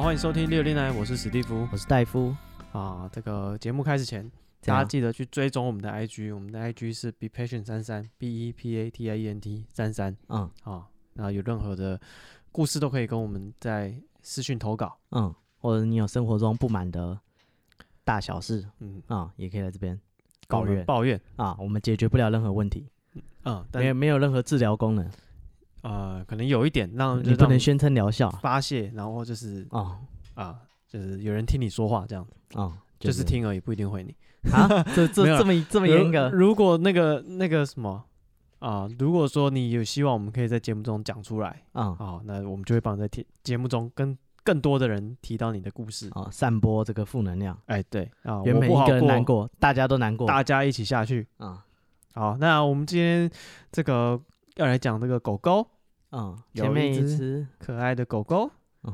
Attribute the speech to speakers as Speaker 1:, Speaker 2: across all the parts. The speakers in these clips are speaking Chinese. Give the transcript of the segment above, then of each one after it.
Speaker 1: 欢迎收听609，我是史蒂夫，
Speaker 2: 我是戴夫。
Speaker 1: 这个节目开始前，大家记得去追踪我们的 IG， 我们的 IG 是 bepatient33 BEPATIENT33。那有任何的故事都可以跟我们在私讯投稿，
Speaker 2: 或者你有生活中不满的大小事，也可以来这边抱怨我们解决不了任何问题，但没有任何治疗功能。
Speaker 1: 可能有一点
Speaker 2: 你不能宣称疗效
Speaker 1: 发泄，然后就是就是有人听你说话这样子，就是听而已，不一定会你
Speaker 2: 这么严格。
Speaker 1: 如果那个什么如果说你有希望我们可以在节目中讲出来，那我们就会帮你在节目中跟更多的人提到你的故事，
Speaker 2: 散播这个负能量。
Speaker 1: 对
Speaker 2: 原本一个人难过，大家都难过，
Speaker 1: 大家一起下去。好，那我们今天这个要来讲这个狗狗。
Speaker 2: 前面一只
Speaker 1: 可爱的狗狗。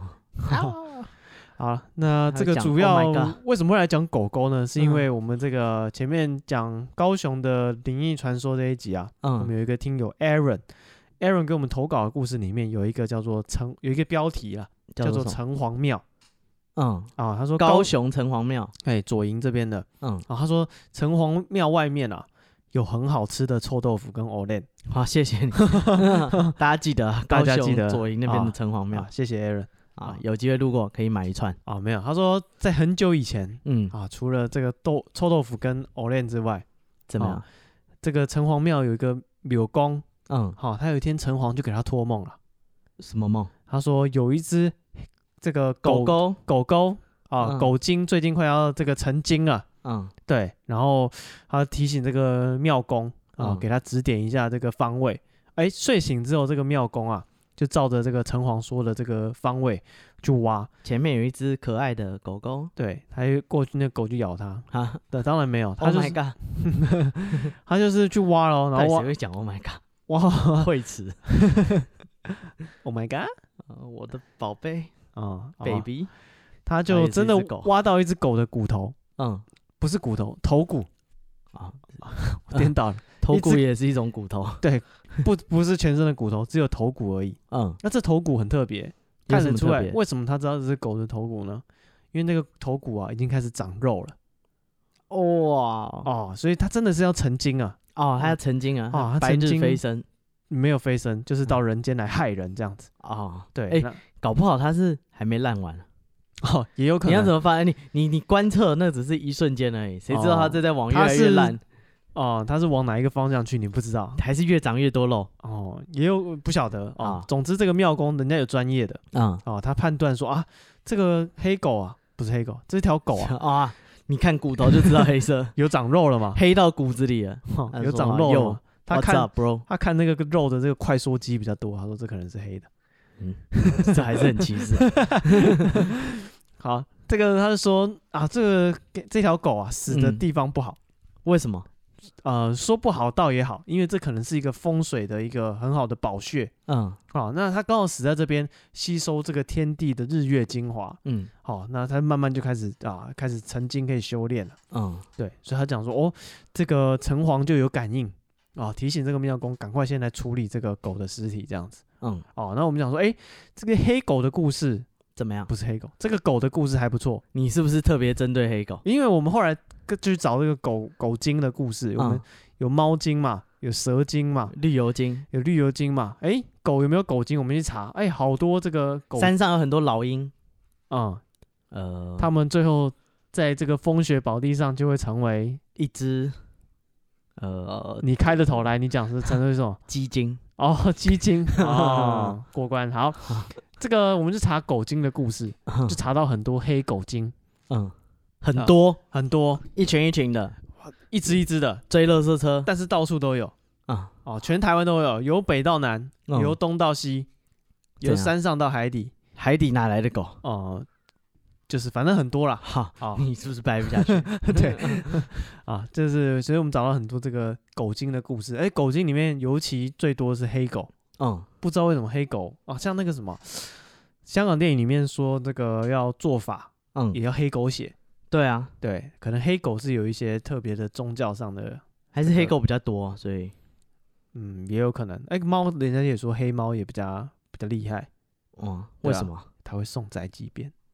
Speaker 1: 好，那这个主要为什么会来讲狗狗呢？是因为我们这个前面讲高雄的灵异传说这一集我们有一个听友 Aaron 给我们投稿的故事里面有一个叫做有一个标题叫做城隍庙。他说
Speaker 2: 高雄城隍庙，
Speaker 1: 左营这边的。他说城隍庙外面有很好吃的臭豆腐跟藕链。
Speaker 2: 好，谢谢你。大家记得高雄左营那边的城隍庙。
Speaker 1: 谢谢 Aaron。
Speaker 2: 有机会路过可以买一串。
Speaker 1: 没有，他说在很久以前，除了这个臭豆腐跟藕链之外，
Speaker 2: 怎么样？
Speaker 1: 这个城隍庙有一个庙公，他有一天城隍就给他托梦了。
Speaker 2: 什么梦？
Speaker 1: 他说有一只这个狗狗精最近快要这个成精了。对，然后他提醒这个庙公给他指点一下这个方位。睡醒之后，这个庙公就照着这个城隍说的这个方位去挖。前
Speaker 2: 面有一只可爱的狗狗，
Speaker 1: 对，他过去那狗就咬他。对，当然没有。
Speaker 2: Oh my god！
Speaker 1: 他就是去挖咯，然后
Speaker 2: 谁会讲 Oh my god？
Speaker 1: 哇，
Speaker 2: 会词。
Speaker 1: Oh my god！
Speaker 2: 我的宝贝，baby，
Speaker 1: 他就真的挖到一只狗的骨头。不是骨头，头骨。我颠倒了。
Speaker 2: 头骨也是一种骨头。
Speaker 1: 对，不是全身的骨头，只有头骨而已。那这头骨很特别，看得出来为什么他知道这是狗的头骨呢？因为那个头骨已经开始长肉了。所以他真的是要成精啊！
Speaker 2: 他要成精啊！
Speaker 1: 他
Speaker 2: 白日飞升，
Speaker 1: 没有飞升，就是到人间来害人这样子。对，
Speaker 2: 搞不好他是还没烂完。
Speaker 1: 也有可能。
Speaker 2: 你要怎么发现？你观测那只是一瞬间而已，谁知道他在往越来越烂？
Speaker 1: 他是往哪一个方向去？你不知道，
Speaker 2: 还是越长越多肉？
Speaker 1: 也有不晓得。总之这个庙公人家有专业的。他判断说这个黑狗不是黑狗，这是条狗
Speaker 2: 你看骨头就知道黑色，
Speaker 1: 有长肉了嘛？
Speaker 2: 黑到骨子里了，
Speaker 1: 有长肉了。他看那个肉的这个快缩肌比较多，他说这可能是黑的。
Speaker 2: 这还是很歧视。
Speaker 1: 好，这个他是说这条狗死的地方不好。
Speaker 2: 为什么？
Speaker 1: 说不好倒也好，因为这可能是一个风水的一个很好的宝穴。那他刚好死在这边，吸收这个天地的日月精华。那他慢慢就开始成精，可以修炼了。对，所以他讲说这个城隍就有感应提醒这个庙公赶快先来处理这个狗的尸体这样子。那我们讲说这个黑狗的故事
Speaker 2: 怎么样？
Speaker 1: 不是黑狗，这个狗的故事还不错。
Speaker 2: 你是不是特别针对黑狗？
Speaker 1: 因为我们后来就去找这个狗精的故事，我们有猫精嘛，有蛇精嘛，
Speaker 2: 绿油精
Speaker 1: 有绿油精嘛。狗有没有狗精？我们去查，好多这个狗。
Speaker 2: 山上有很多老鹰。
Speaker 1: 他们最后在这个风雪宝地上就会成为
Speaker 2: 一只。
Speaker 1: 你开的头来，你讲是成为什么？
Speaker 2: 鸡精。
Speaker 1: 鸡精。过关。好，这个我们就查狗精的故事，就查到很多黑狗精。
Speaker 2: 很多
Speaker 1: 很多，
Speaker 2: 一群一群的，
Speaker 1: 一只一只的
Speaker 2: 追垃圾车，
Speaker 1: 但是到处都有。全台湾都有，由北到南，由东到西，由山上到海底。
Speaker 2: 海底哪来的狗？
Speaker 1: 就是反正很多啦。
Speaker 2: 你是不是掰不下去？
Speaker 1: 对。就是所以我们找到很多这个狗精的故事。狗精里面尤其最多是黑狗。不知道为什么黑狗像那个什么香港电影里面说这个要做法，也要黑狗血。
Speaker 2: 对啊，
Speaker 1: 对，可能黑狗是有一些特别的宗教上的，
Speaker 2: 还是黑狗比较多，所以
Speaker 1: 也有可能。猫人家也说黑猫也比较厉害。
Speaker 2: 为什么？
Speaker 1: 它会送宅急便。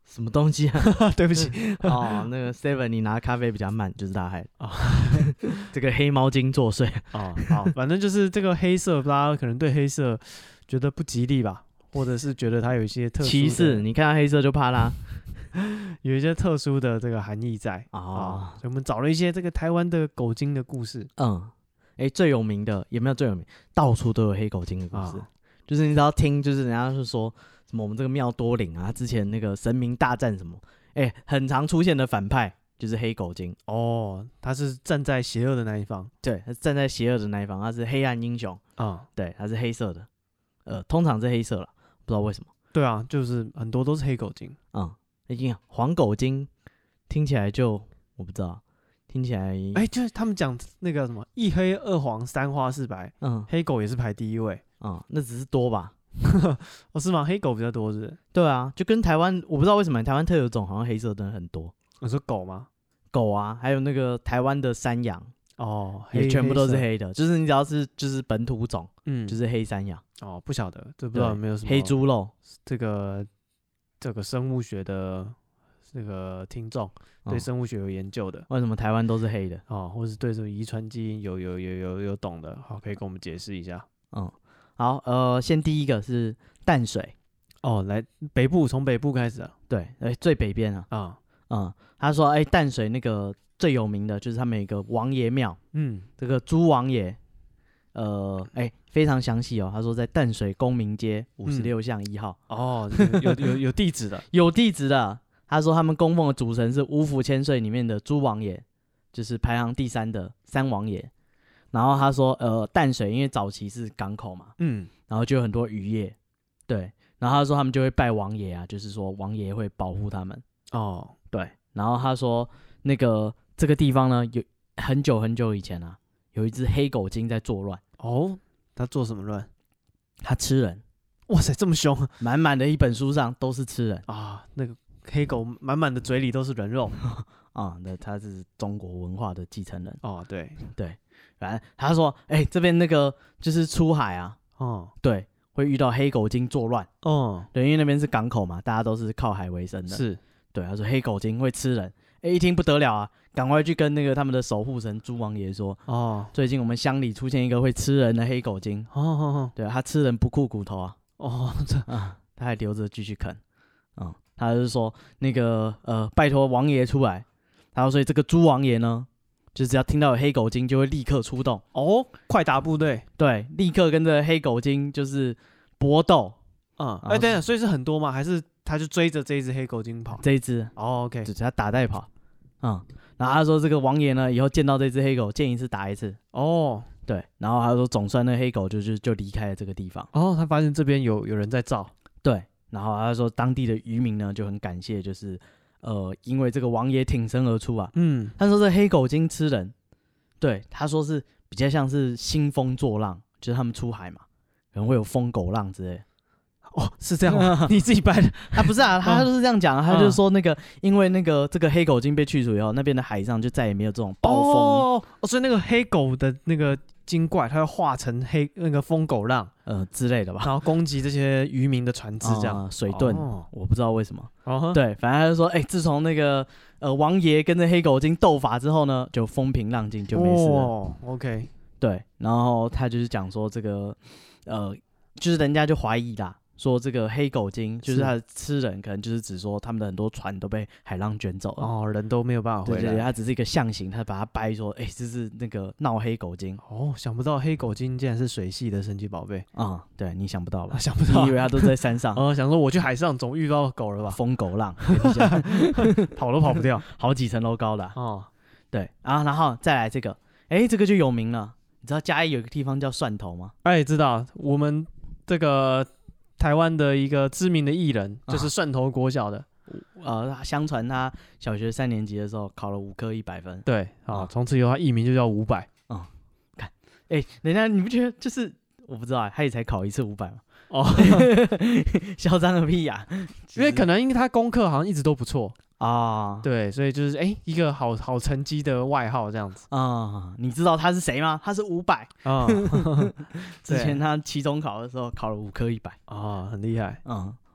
Speaker 2: 什么东西啊？
Speaker 1: 对不起
Speaker 2: 哦，那个 Seven 你拿咖啡比较慢，就是他害的啊。这个黑猫精作祟
Speaker 1: 啊。好，反正就是这个黑色，大家可能对黑色觉得不吉利吧，或者是觉得它有一些特殊
Speaker 2: 歧视。你看到黑色就怕啦，
Speaker 1: 有一些特殊的这个含义在啊。所以我们找了一些这个台湾的狗精的故事。
Speaker 2: 最有名的也没有最有名，到处都有黑狗精的故事。就是你只要听，就是人家是说什么我们这个庙多灵啊，之前那个神明大战什么，很常出现的反派就是黑狗精
Speaker 1: 哦，他是站在邪恶的那一方，
Speaker 2: 对，他是站在邪恶的那一方，他是黑暗英雄对，他是黑色的，通常是黑色啦，不知道为什么。
Speaker 1: 对啊，就是很多都是黑狗精，
Speaker 2: 黄狗精听起来就我不知道，听起来
Speaker 1: 就是他们讲那个什么一黑二黄三花四白，黑狗也是排第一位。
Speaker 2: 那只是多吧？
Speaker 1: 是吗？黑狗比较多是不是？
Speaker 2: 对啊，就跟台湾，我不知道为什么台湾特有种好像黑色的很多。
Speaker 1: 你说狗吗？
Speaker 2: 狗啊，还有那个台湾的山羊也全部都是黑的，就是你只要是就是本土种，就是黑山羊。
Speaker 1: 不晓得，这不知道有没有什么
Speaker 2: 黑猪肉
Speaker 1: 这个生物学的这个听众对生物学有研究的，
Speaker 2: 为什么台湾都是黑的？
Speaker 1: 或是对这个遗传基因有懂的，好，可以跟我们解释一下。
Speaker 2: 好，先第一个是淡水
Speaker 1: 来北部，从北部开始啊。
Speaker 2: 对，最北边啊。他说，淡水那个最有名的就是他们有一个王爷庙，这个猪王爷，非常详细哦。他说在淡水公民街56巷1号。
Speaker 1: 有地址的，
Speaker 2: 有地址的。他说他们供奉的主神是五府千岁里面的猪王爷，就是排行第3的三王爷。然后他说，淡水因为早期是港口嘛，然后就有很多渔业，对。然后他说他们就会拜王爷啊，就是说王爷会保护他们。对。然后他说那个这个地方呢，有很久很久以前啊，有一只黑狗精在作乱。
Speaker 1: 他做什么乱？
Speaker 2: 他吃人。
Speaker 1: 哇塞，这么凶！
Speaker 2: 满满的一本书上都是吃人
Speaker 1: 啊！那个黑狗满满的嘴里都是人肉
Speaker 2: 那他是中国文化的继承人。
Speaker 1: 对。
Speaker 2: 反正他说，这边那个就是出海啊，对，会遇到黑狗精作乱。对，因为那边是港口嘛，大家都是靠海为生的。
Speaker 1: 是，
Speaker 2: 对，他说黑狗精会吃人。一听不得了啊，赶快去跟那个他们的守护神猪王爷说，最近我们乡里出现一个会吃人的黑狗精。对，他吃人不顾骨头啊。他还留着继续啃。他就说那个拜托王爷出来。他说所以这个猪王爷呢，就只要听到有黑狗精就会立刻出动。
Speaker 1: 快打部队。
Speaker 2: 对，立刻跟着黑狗精就是搏斗。
Speaker 1: 等等，所以是很多吗？还是他就追着这一只黑狗精跑？
Speaker 2: 这一只。
Speaker 1: OK，
Speaker 2: 就他打带跑。然后他说这个王爷呢，以后见到这只黑狗，见一次打一次。对。然后他说总算那黑狗就离开了这个地方。
Speaker 1: 他发现这边有人在照。
Speaker 2: 对。然后他说当地的渔民呢就很感谢，就是因为这个王爷挺身而出啊。他说这黑狗精吃人。对，他说是比较像是兴风作浪，就是他们出海嘛，可能会有疯狗浪之类。
Speaker 1: 是这样吗？你自己掰的？
Speaker 2: 不是啊，他就是这样讲。他就说那个，因为那个这个黑狗精被去除以后，那边的海上就再也没有这种暴风。
Speaker 1: 所以那个黑狗的那个精怪，它会化成那个疯狗浪
Speaker 2: 之类的吧，
Speaker 1: 然后攻击这些渔民的船只，这样
Speaker 2: 水遁。我不知道为什么。对，反正他就说，自从那个王爷跟着黑狗精斗法之后呢，就风平浪静，就没事了。
Speaker 1: OK。
Speaker 2: 对，然后他就是讲说这个就是人家就怀疑啦。说这个黑狗精就是他吃人，可能就是指说他们的很多船都被海浪卷走了，
Speaker 1: 人都没有办法回来。
Speaker 2: 对，他只是一个象形，他把它掰说，这是那个闹黑狗精。
Speaker 1: 想不到黑狗精竟然是水系的神奇宝贝
Speaker 2: 对，你想不到吧？
Speaker 1: 想不到，
Speaker 2: 你以为他都在山上？
Speaker 1: 想说我去海上总遇到狗了吧？
Speaker 2: 疯狗浪，
Speaker 1: 跑都跑不掉，
Speaker 2: 好几层楼高的。对然后再来这个，这个就有名了。你知道嘉义有一个地方叫蒜头吗？
Speaker 1: 知道，我们这个。台湾的一个知名的艺人，就是蒜头国小的，
Speaker 2: 相传他小学3年级的时候考了5科100分，
Speaker 1: 对，从此以后他艺名就叫500。
Speaker 2: 看，人家你不觉得就是我不知道，他也才考一次500吗？嚣张个屁呀！
Speaker 1: 因为可能因为他功课好像一直都不错对，所以就是一个好成绩的外号这样子
Speaker 2: 你知道他是谁吗？他是500之前他期中考的时候考了5科100
Speaker 1: 很厉害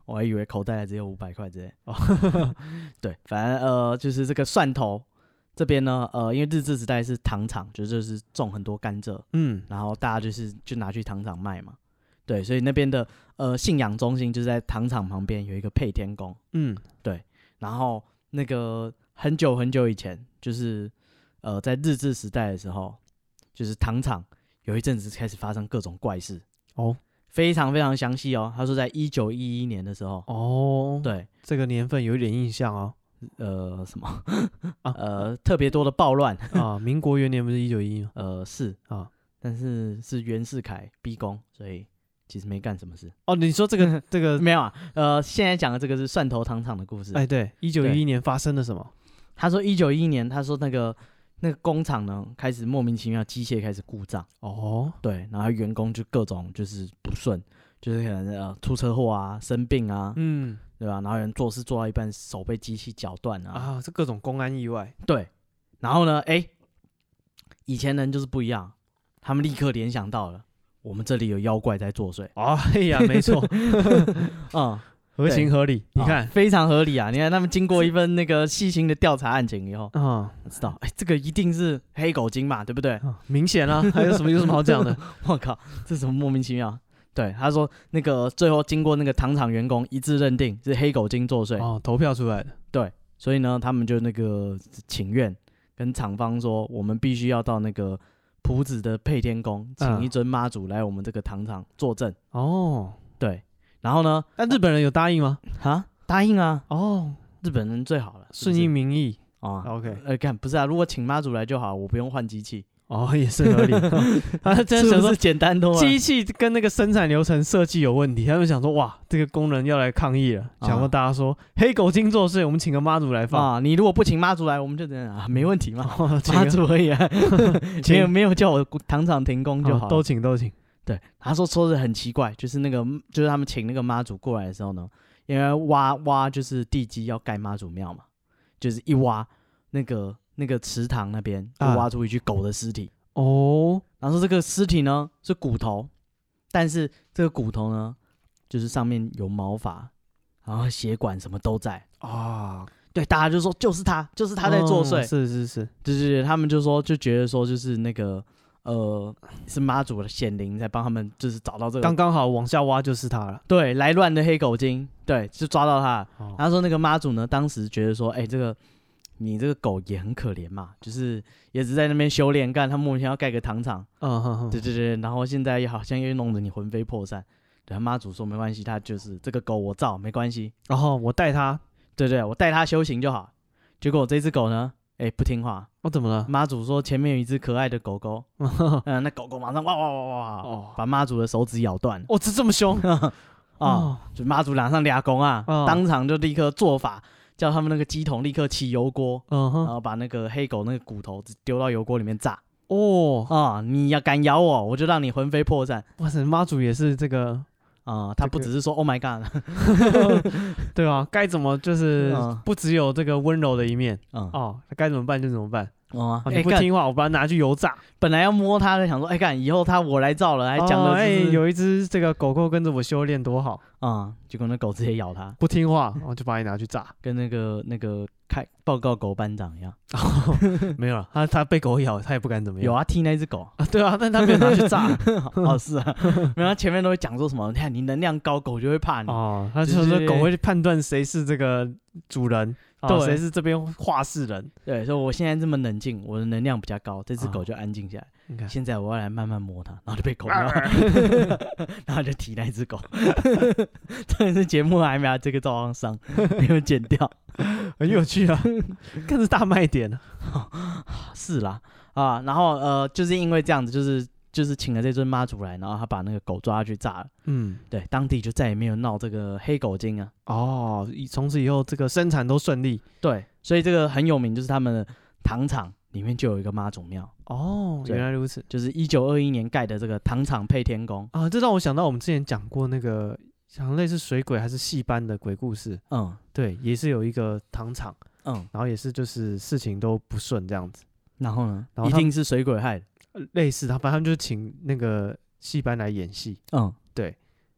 Speaker 2: 我还以为口袋还只有500块之类。对，反正就是这个蒜头这边呢，因为日治时代是糖厂，就是种很多甘蔗，然后大家就拿去糖厂卖嘛。对，所以那边的信仰中心就是在糖厂旁边有一个配天宫。对，然后那个很久很久以前，就是在日治时代的时候，就是糖厂有一阵子开始发生各种怪事哦。非常非常详细哦，他说在1911年的时候哦，对，
Speaker 1: 这个年份有一点印象哦。
Speaker 2: 什么特别多的暴乱
Speaker 1: 啊，民国元年不是1911
Speaker 2: 吗？是啊，但是是袁世凯逼宫，所以其实没干什么事。
Speaker 1: 哦，你说这个
Speaker 2: 没有啊？现在讲的这个是蒜头糖厂的故事。
Speaker 1: 哎，对，1911年发生了什么？
Speaker 2: 他说1911年，他说那个工厂呢，开始莫名其妙机械开始故障哦，对，然后员工就各种就是不顺，就是可能出车祸啊、生病啊，对吧？然后有人做事做到一半手被机器绞断啊，
Speaker 1: 这各种公安意外。
Speaker 2: 对，然后呢，以前人就是不一样，他们立刻联想到了我们这里有妖怪在作祟。
Speaker 1: 哎呀，没错，合情合理，你看
Speaker 2: 非常合理啊！你看他们经过一份那个细心的调查案情以后，知道这个一定是黑狗精嘛，对不对？
Speaker 1: 明显啊，还有什么好讲的？
Speaker 2: 我靠，这什么莫名其妙？对，他说那个最后经过那个糖厂员工一致认定是黑狗精作祟
Speaker 1: 哦，投票出来的。
Speaker 2: 对，所以呢，他们就那个请愿跟厂方说，我们必须要到那个埔子的配天宫，请一尊妈祖来我们这个糖厂作证。哦，对。然后呢？
Speaker 1: 但日本人有答应吗？
Speaker 2: 答应啊！哦，日本人最好了，
Speaker 1: 顺应民意
Speaker 2: 啊。OK， 看不是啊，如果请妈祖来就好，我不用换机器。
Speaker 1: 哦，也是合理。他真的想说
Speaker 2: 简单多了，
Speaker 1: 机器跟那个生产流程设计有问题，他们想说哇，这个工人要来抗议了，想问大家说黑狗精作祟，我们请个妈祖来放
Speaker 2: 啊。你如果不请妈祖来，我们就这样啊，没问题嘛，妈祖而已啊，没有叫我糖厂停工就好，
Speaker 1: 都请。
Speaker 2: 对，他说的很奇怪，就是他们请那个妈祖过来的时候呢，因为挖就是地基要盖妈祖庙嘛，就是一挖那个池塘那边就挖出一具狗的尸体哦，然后说这个尸体呢是骨头，但是这个骨头呢就是上面有毛发，然后血管什么都在啊。对，大家就说就是他在作祟，
Speaker 1: 是，
Speaker 2: 对，他们就觉得说就是那个。是妈祖的显灵在帮他们，就是找到这个
Speaker 1: 刚好往下挖就是他了。
Speaker 2: 对，来乱的黑狗精，对，就抓到他。然后说那个妈祖呢，当时觉得说，你这个狗也很可怜嘛，就是也只在那边修炼，他莫名其妙要盖个糖厂，对，然后现在好像又弄得你魂飞魄散。对，妈祖说没关系，他就是这个狗我造没关系，
Speaker 1: 然后我带他，
Speaker 2: 对，我带他修行就好。结果这只狗呢？不听话，
Speaker 1: 怎么了？
Speaker 2: 妈祖说前面有一只可爱的狗狗，那狗狗马上哇，把妈祖的手指咬断。
Speaker 1: 这么凶
Speaker 2: 就妈祖马上俩公啊，当场就立刻做法，叫他们那个鸡桶立刻起油锅，然后把那个黑狗那个骨头丢到油锅里面炸。你要敢咬我，我就让你魂飞魄散。
Speaker 1: 哇塞，妈祖也是这个。
Speaker 2: 他不只是说 Oh my God，
Speaker 1: 对啊，该怎么就是不只有这个温柔的一面他该怎么办就怎么办。你不听话，我把它拿去油炸。
Speaker 2: 本来要摸它的，想说干以后我来造了，还讲了
Speaker 1: 有一只这个狗狗跟着我修炼多好
Speaker 2: 结果那狗直接咬它，
Speaker 1: 不听话，我就把你拿去炸，
Speaker 2: 跟那个报告狗班长一样。
Speaker 1: 没有了，他被狗咬，他也不敢怎么样。
Speaker 2: 有啊，踢那只狗
Speaker 1: 对啊，但他没有拿去炸。
Speaker 2: 是啊，没有，他前面都会讲说什么，你看你能量高，狗就会怕你。
Speaker 1: 他就说狗会判断谁是这个主人。谁是这边话事人？
Speaker 2: 对，所以我现在这么冷静，我的能量比较高，这只狗就安静下来。现在我要来慢慢摸它，然后就被狗咬，然后就踢那只狗。这次节目还没有这个造成伤，没有剪掉，
Speaker 1: 很有趣啊，更是大卖点。
Speaker 2: 是啦然后就是因为这样子，就是请了这尊妈祖来，然后他把那个狗抓下去炸了。对，当地就再也没有闹这个黑狗精啊。
Speaker 1: 从此以后这个生产都顺利。
Speaker 2: 对，所以这个很有名，就是他们的糖厂里面就有一个妈祖庙。
Speaker 1: 原来如此，
Speaker 2: 就是1921年盖的这个糖厂配天宫
Speaker 1: 这让我想到我们之前讲过那个像类似水鬼还是戏班的鬼故事。对，也是有一个糖厂，然后也是就是事情都不顺这样子。
Speaker 2: 然后呢，一定是水鬼害的。
Speaker 1: 类似反正他们就请那个戏班来演戏。对，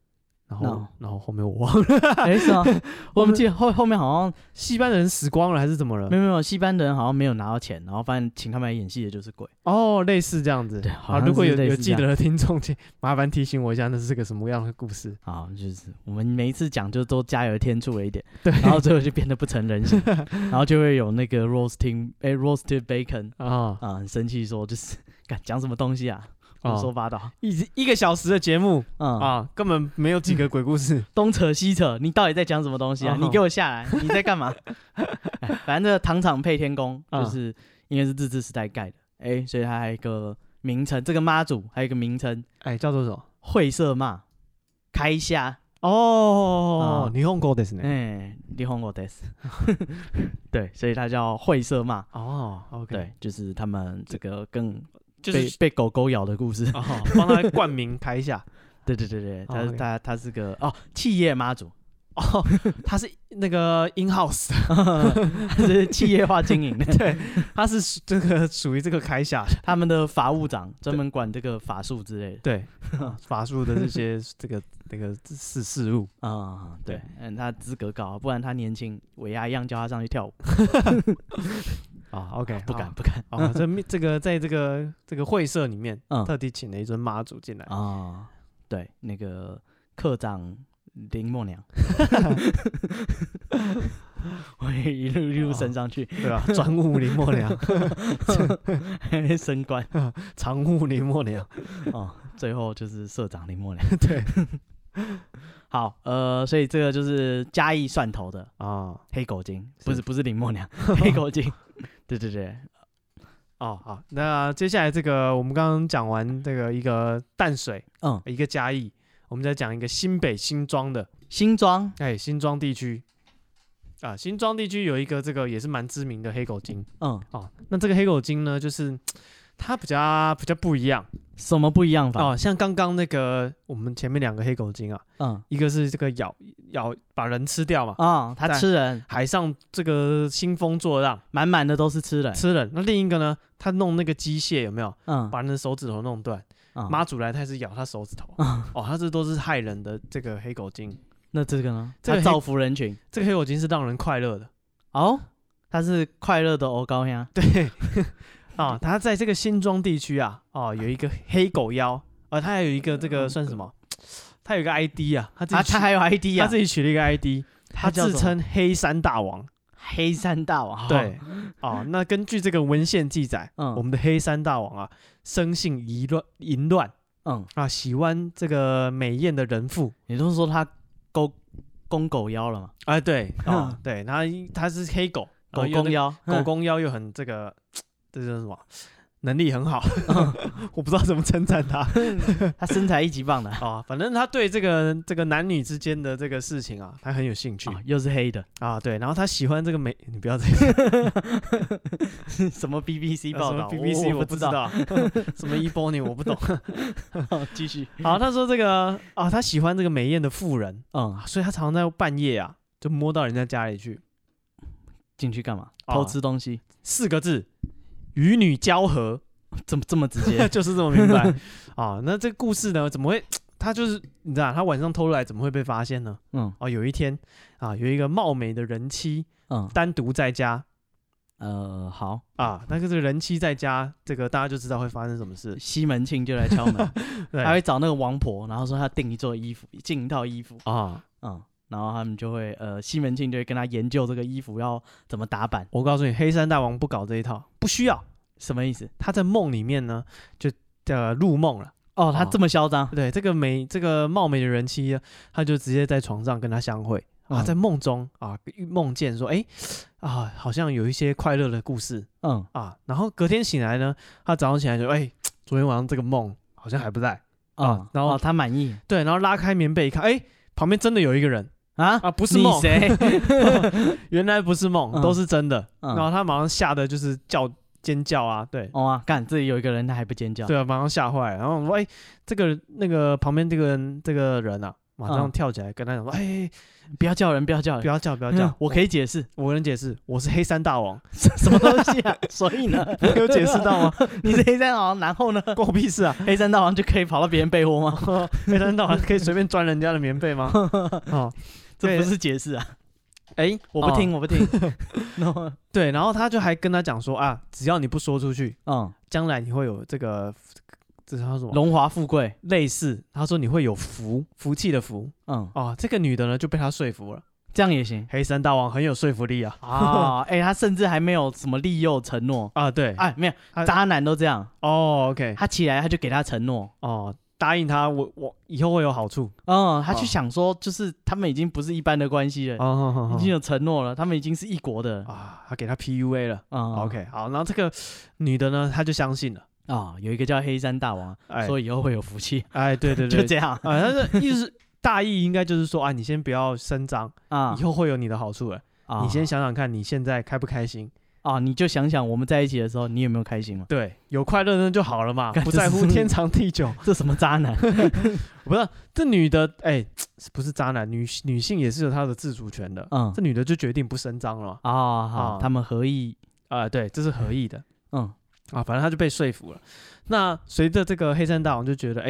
Speaker 1: 然后后面我忘了，
Speaker 2: 是吗？我们记得后面好像
Speaker 1: 戏班的人死光了还是怎么了？
Speaker 2: 没有，戏班的人好像没有拿到钱，然后发现请他们来演戏的就是鬼。
Speaker 1: 类似这样子。对，好，如果有记得的听众，麻烦提醒我一下，那是个什么样的故事？
Speaker 2: 好，就是我们每一次讲就都加油添醋了一点，对，然后最后就变得不成人形，然后就会有那个 roasted bacon 很生气说就是敢讲什么东西啊？胡说八道
Speaker 1: ，1个小时的节目，根本没有几个鬼故事，
Speaker 2: 东扯西扯，你到底在讲什么东西啊？你给我下来，你在干嘛？反正这个糖厂配天宫就是因为是日治时代盖的，所以它还有一个名称，这个妈祖还有一个名称，
Speaker 1: 叫做什么？
Speaker 2: 会社妈，开虾。
Speaker 1: 日本語ですね。
Speaker 2: 日本語です。对，所以它叫会社骂。
Speaker 1: OK，
Speaker 2: 对，就是他们这个更就是被狗狗咬的故事，
Speaker 1: 帮他冠名开一下。
Speaker 2: 对，他是个企业妈祖。
Speaker 1: 他是那个 in house 的，
Speaker 2: 他是企业化经营的。
Speaker 1: 对，他是这个属于这个开下的，
Speaker 2: 他们的法务长专门管这个法术之类的。
Speaker 1: 对，法术的这些那个事务
Speaker 2: 对，他资格高，不然他年轻，尾牙一样叫他上去跳舞。
Speaker 1: OK，
Speaker 2: 不敢。
Speaker 1: 这个在这个会社里面，特地请了一尊妈祖进来。
Speaker 2: 对，那个课长林默娘，我也一路升上去，
Speaker 1: 对吧？专务林默娘，
Speaker 2: 升官，
Speaker 1: 常务林默娘，
Speaker 2: 最后就是社长林默娘。
Speaker 1: 对，
Speaker 2: 好，所以这个就是嘉义蒜头的黑狗精，不是林默娘，黑狗精。对。
Speaker 1: 好，那接下来这个我们刚刚讲完这个一个淡水，一个嘉义，我们再讲一个新北新庄的
Speaker 2: 新庄，
Speaker 1: 新庄地区新庄地区有一个这个也是蛮知名的黑狗精，那这个黑狗精呢，就是它比较不一样。
Speaker 2: 什么不一样法？
Speaker 1: 像刚刚那个我们前面2个黑狗精一个是这个咬把人吃掉嘛，
Speaker 2: 它吃人，
Speaker 1: 海上这个兴风作浪，
Speaker 2: 满满的都是吃人。
Speaker 1: 那另一个呢，他弄那个机械有没有？把人的手指头弄断。妈祖来，他也是咬他手指头。他这都是害人的这个黑狗精。
Speaker 2: 那这个呢？他造福人群。
Speaker 1: 这个黑狗精是让人快乐的。
Speaker 2: 他是快乐的欧高呀。
Speaker 1: 对。他在这个新庄地区有一个黑狗妖，他还有一个这个算什么？他有一个 ID
Speaker 2: 他还有 ID
Speaker 1: 他自己取了一个 ID， 他自称黑山大王。
Speaker 2: 黑山大王，
Speaker 1: 对，那根据这个文献记载，我们的黑山大王生性淫乱，喜欢这个美艳的人妇。
Speaker 2: 也就是说他公狗妖了嘛？
Speaker 1: 对，对，他是黑狗
Speaker 2: 公妖，
Speaker 1: 狗公妖又很这个。这是什么？能力很好，我不知道怎么称赞他。
Speaker 2: 他身材一级棒的
Speaker 1: 反正他对这个男女之间的这个事情他很有兴趣。
Speaker 2: 又是黑的
Speaker 1: 对，然后他喜欢这个美，你不要这样。
Speaker 2: 什么 BBC 报道
Speaker 1: ？BBC 我不知道。什么 Ebony 我不懂。
Speaker 2: 继续。
Speaker 1: 好，他说这个他喜欢这个美艳的妇人，所以他常常在半夜就摸到人家家里去，
Speaker 2: 进去干嘛？偷吃东西。
Speaker 1: 4个字。与女交合，
Speaker 2: 这么直接，
Speaker 1: 就是这么明白那这个故事呢，怎么会？他就是你知道，他晚上偷来，怎么会被发现呢？有一天有一个貌美的人妻，单独在家。
Speaker 2: 好
Speaker 1: 那个这个人妻在家，这个大家就知道会发生什么事。
Speaker 2: 西门庆就来敲门，他会找那个王婆，然后说他订一套衣服然后他们就会西门庆就会跟他研究这个衣服要怎么打版。
Speaker 1: 我告诉你，黑山大王不搞这一套，不需要。
Speaker 2: 什么意思？
Speaker 1: 他在梦里面呢，就入梦了。
Speaker 2: 他这么嚣张？
Speaker 1: 对，这个貌美的人妻，他就直接在床上跟他相会在梦中梦见说，好像有一些快乐的故事。然后隔天醒来呢，他早上起来就昨天晚上这个梦好像还不在然后
Speaker 2: 他满意。
Speaker 1: 对，然后拉开棉被一看，旁边真的有一个人。不是梦，
Speaker 2: 你谁？
Speaker 1: 原来不是梦，都是真的。然后他马上吓得就是尖叫对。
Speaker 2: 干，这里有一个人，他还不尖叫？
Speaker 1: 对马上吓坏了。然后我说，这个旁边这个人马上跳起来跟他讲说：“哎，
Speaker 2: 不要叫人，不要叫，我可以解释，
Speaker 1: 我能解释，我是黑山大王，
Speaker 2: 什么东西啊？所以呢，
Speaker 1: 有解释到吗？
Speaker 2: 你是黑山大王，然后呢？
Speaker 1: 关我屁事啊！
Speaker 2: 黑山大王就可以跑到别人被窝吗？
Speaker 1: 黑山大王可以随便钻人家的棉被吗？哦，
Speaker 2: 这不是解释啊！
Speaker 1: 哎，
Speaker 2: 我不听。
Speaker 1: 对，然后他就还跟他讲说啊，只要你不说出去，将来你会有这个。”这叫什么？
Speaker 2: 荣华富贵，
Speaker 1: 类似。他说你会有福气的福。这个女的呢就被他说服了，
Speaker 2: 这样也行。
Speaker 1: 黑山大王很有说服力啊。
Speaker 2: 他甚至还没有什么利诱承诺
Speaker 1: 啊。对，
Speaker 2: 没有，渣男都这样。
Speaker 1: OK，
Speaker 2: 他起来他就给他承诺。
Speaker 1: 答应他我以后会有好处。
Speaker 2: 他去想说，就是他们已经不是一般的关系了，已经有承诺了，他们已经是一国的
Speaker 1: 啊。他给他 PUA 了。OK， 好，然后这个女的呢，她就相信了。
Speaker 2: 有一个叫黑山大王，说以后会有福气。
Speaker 1: 对，
Speaker 2: 就这样。
Speaker 1: 他的意思大意应该就是说你先不要声张以后会有你的好处了。你先想想看，你现在开不开心
Speaker 2: 你就想想我们在一起的时候，你有没有开心嘛？
Speaker 1: 对，有快乐那就好了嘛，不在乎天长地久。
Speaker 2: 这什么渣男？
Speaker 1: 不是，这女的不是渣男，女性也是有她的自主权的。这女的就决定不声张了。
Speaker 2: 好，他们合意。
Speaker 1: 对，这是合意的。反正他就被说服了。那随着这个黑山大王就觉得，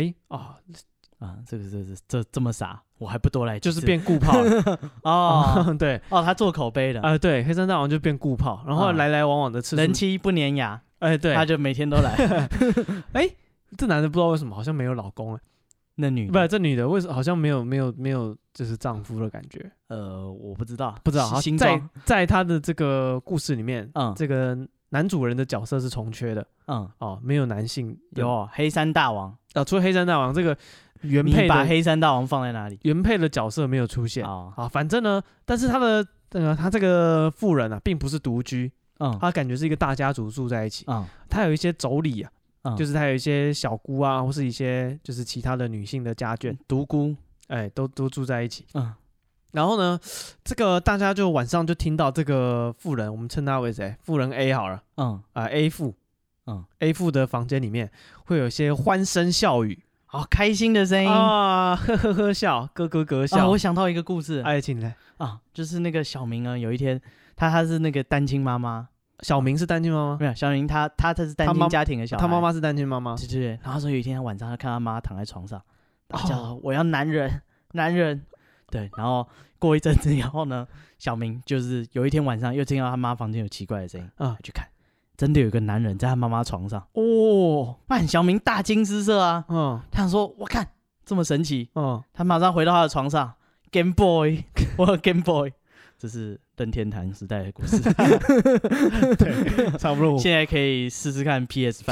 Speaker 2: 这么傻，我还不多来，
Speaker 1: 就是变固炮了。对，
Speaker 2: 他做口碑的。
Speaker 1: 对，黑山大王就变固炮，然后来来往往的次数，
Speaker 2: 人妻不粘牙。
Speaker 1: 对，
Speaker 2: 他就每天都来。
Speaker 1: 这男的不知道为什么好像没有老公。
Speaker 2: 那女的
Speaker 1: 不，这女的为什么好像没有就是丈夫的感觉？
Speaker 2: 我不知道。
Speaker 1: 在他的这个故事里面，这个男主人的角色是重缺的。没有男性。
Speaker 2: 有黑山大王
Speaker 1: 除了黑山大王这个原配的，
Speaker 2: 你把黑山大王放在哪里？
Speaker 1: 原配的角色没有出现。反正呢，但是他这个妇人并不是独居。他感觉是一个大家族住在一起。他有一些妯娌就是他有一些小姑或是一些就是其他的女性的家眷，
Speaker 2: 独孤，
Speaker 1: 都住在一起。然后呢，这个大家就晚上就听到这个妇人，我们称她为谁？妇人 A 好了。A 妇，A 妇的房间里面会有一些欢声笑语，
Speaker 2: 开心的声音
Speaker 1: 呵呵呵笑，咯咯咯笑。
Speaker 2: 我想到一个故事，
Speaker 1: 请来
Speaker 2: 就是那个小明有一天他是那个单亲妈妈。
Speaker 1: 小明是单亲妈妈？
Speaker 2: 没有，小明他是单亲家庭的小孩。
Speaker 1: 他妈妈是单亲妈妈。
Speaker 2: 对。然后他说有一天晚上他看他妈躺在床上，他叫我要男人。对，然后过一阵子以后呢，小明就是有一天晚上又听到他妈房间有奇怪的声音，去看，真的有个男人在他妈妈床上。小明大惊失色啊。他想说，我看这么神奇。他马上回到他的床上 ，Game Boy， 我有 Game Boy。这是任天堂时代的故事。
Speaker 1: 对，差不多。
Speaker 2: 现在可以试试看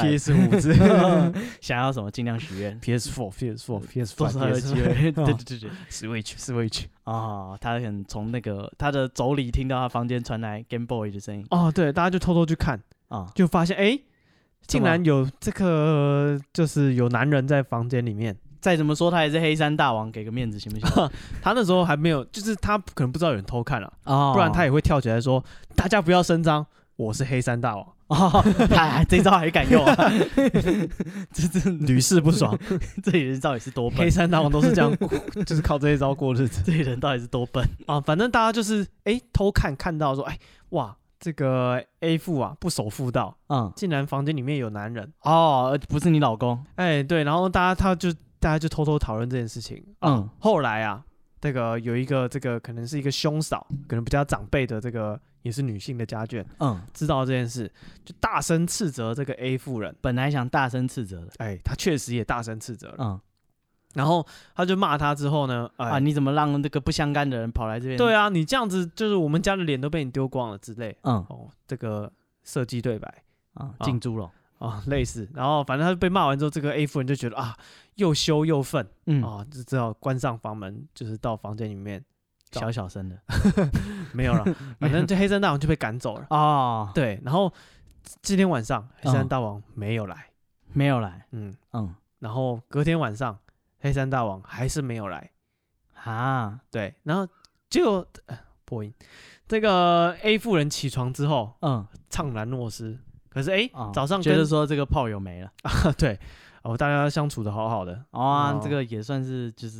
Speaker 1: PS5
Speaker 2: 想要什么尽量许愿。
Speaker 1: PS4
Speaker 2: 多少有机会？对
Speaker 1: ，Switch
Speaker 2: 他可能从那个他的妯娌听到他房间传来 Game Boy 的声音。
Speaker 1: 对，大家就偷偷去看就发现竟然有这个就是有男人在房间里面。
Speaker 2: 再怎么说他也是黑山大王，给个面子行不行？
Speaker 1: 他那时候还没有，就是他可能不知道有人偷看了。不然他也会跳起来说：“大家不要声张，我是黑山大王。”
Speaker 2: 这招还敢用啊？
Speaker 1: 这屡试不爽。
Speaker 2: 这里人到底是多笨？
Speaker 1: 黑山大王都是这样，就是靠这一招过日子。
Speaker 2: 这里人到底是多笨
Speaker 1: 反正大家就是偷看到说哇，这个 A 妇不守妇道，竟然房间里面有男人
Speaker 2: 不是你老公。
Speaker 1: 对，然后大家就偷偷讨论这件事情。后来这个有一个这个可能是一个兄嫂，可能比较长辈的这个也是女性的家眷，知道这件事，就大声斥责这个 A 妇人。
Speaker 2: 本来想大声斥责的，
Speaker 1: 他确实也大声斥责了。然后他就骂他之后呢，
Speaker 2: 你怎么让那个不相干的人跑来这边？
Speaker 1: 对啊，你这样子就是我们家的脸都被你丢光了之类。这个设计对白
Speaker 2: 进猪笼。
Speaker 1: 类似，然后反正他被骂完之后，这个 A 夫人就觉得又羞又愤，就只好关上房门，就是到房间里面
Speaker 2: 小声的，
Speaker 1: 没有了，反正这黑山大王就被赶走了。对，然后今天晚上黑山大王没有来，然后隔天晚上黑山大王还是没有来，对，然后结果破音，这个 A 夫人起床之后，怅然若失。可是早上
Speaker 2: 觉得说这个炮友没了。
Speaker 1: 对，大家相处的好好的。
Speaker 2: 这个也算是就是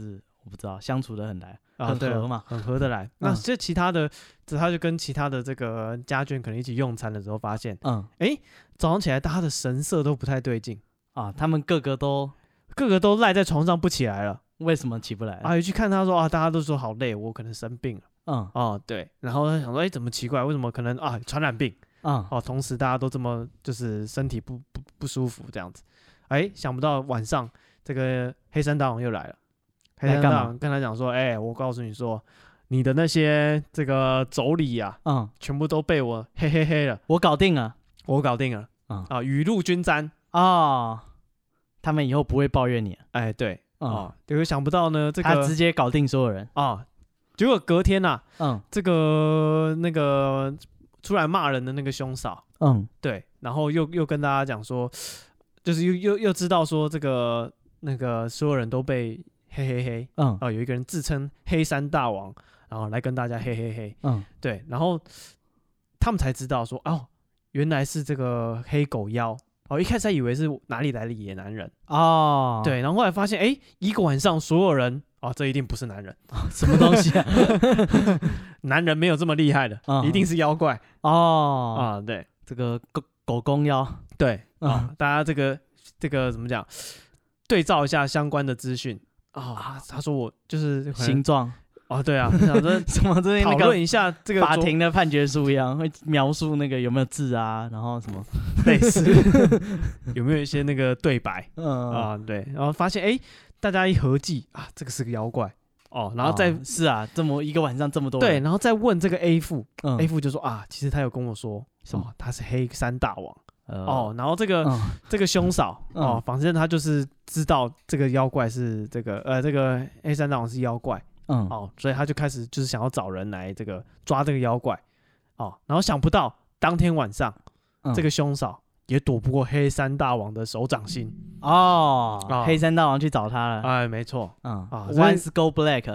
Speaker 2: 我不知道，相处的很来，很合嘛，
Speaker 1: 很合得来。那这其他的，他就跟其他的这个家眷可能一起用餐的时候，发现，早上起来大家的神色都不太对劲
Speaker 2: 啊，他们个个都
Speaker 1: 赖在床上不起来了。
Speaker 2: 为什么起不来？
Speaker 1: 啊，有去看他说啊，大家都说好累，我可能生病了。对，然后他想说，怎么奇怪？为什么可能传染病？同时大家都这么就是身体不舒服这样子。想不到晚上这个黑山大王又来了。黑山大王跟他讲说，我告诉你说，你的那些这个妯娌啊，全部都被我黑了，
Speaker 2: 我搞定了，
Speaker 1: 雨露均沾
Speaker 2: 他们以后不会抱怨你。
Speaker 1: 对。结果想不到呢，这个
Speaker 2: 他直接搞定所有人
Speaker 1: 结果隔天这个那个出来骂人的那个兄嫂，对，然后又跟大家讲说，就是又知道说这个那个所有人都被黑，有一个人自称黑山大王，然后来跟大家黑，对，然后他们才知道说，原来是这个黑狗妖。一开始还以为是哪里来的野男人对，然后后来发现，一个晚上所有人这一定不是男人，
Speaker 2: 什么东西啊？
Speaker 1: 男人没有这么厉害的，一定是妖怪对，
Speaker 2: 这个狗公妖，
Speaker 1: 对大家这个怎么讲？对照一下相关的资讯他说我就是
Speaker 2: 形状。
Speaker 1: 对啊，想说
Speaker 2: 什么
Speaker 1: 讨论一下这个
Speaker 2: 法庭的判决书一样，会描述那个有没有字啊，然后什么
Speaker 1: 类似有没有一些那个对白对，然后发现大家一合计这个是个妖怪然后再
Speaker 2: 是这么一个晚上这么多
Speaker 1: 人对，然后再问这个 A 父，A 父就说其实他有跟我说他是黑山大王然后这个兄嫂反正他就是知道这个妖怪是这个黑山大王是妖怪。所以他就开始就是想要找人来这个抓这个妖怪然后想不到当天晚上这个兄嫂也躲不过黑山大王的手掌心
Speaker 2: 黑山大王去找他了。
Speaker 1: 没错
Speaker 2: ，Once go black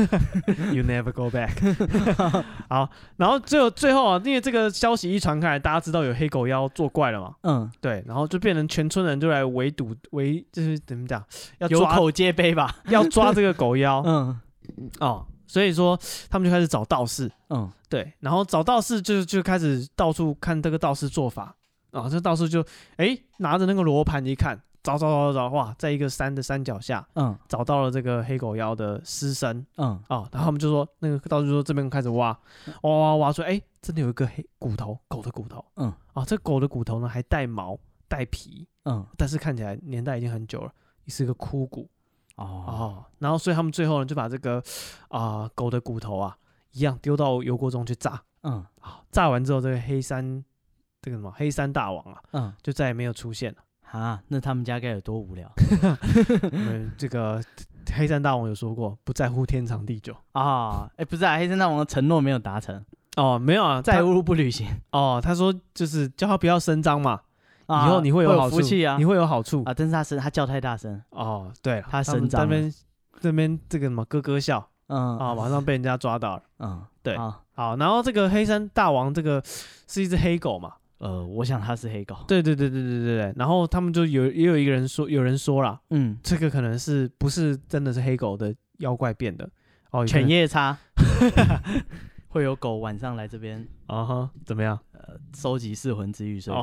Speaker 1: ，you never go back 好，然后最后因为这个消息一传开来，大家知道有黑狗妖作怪了嘛，对，然后就变成全村人就来就是怎么讲，要抓
Speaker 2: 有口皆碑吧，
Speaker 1: 要抓这个狗妖，所以说他们就开始找道士，对，然后找道士就开始到处看这个道士做法，这道士就拿着那个罗盘一看，找，哇，在一个山的山脚下，找到了这个黑狗妖的尸身，然后他们就说那个道士说这边开始挖出来，真的有一个狗的骨头，这狗的骨头呢还带毛带皮，但是看起来年代已经很久了，是个枯骨。然后所以他们最后呢就把这个狗的骨头一样丢到油锅中去炸，炸完之后这个黑山大王就再也没有出现了
Speaker 2: 那他们家该有多无聊？
Speaker 1: 这个黑山大王有说过不在乎天长地久
Speaker 2: 不是黑山大王的承诺没有达成
Speaker 1: 没有
Speaker 2: 债务不履行
Speaker 1: 他说就是叫他不要声张嘛，以后你会有好处，你会有好处
Speaker 2: 但是他叫太大声
Speaker 1: 对，
Speaker 2: 他声张
Speaker 1: 这边这个什么咯咯笑马上被人家抓到了对好，然后这个黑山大王这个是一只黑狗嘛，
Speaker 2: 我想他是黑狗，
Speaker 1: 对，然后他们就也有一个人说，有人说啦，这个可能是不是真的是黑狗的妖怪变的
Speaker 2: 犬夜叉会有狗晚上来这边
Speaker 1: 怎么样？
Speaker 2: 收集噬魂之玉水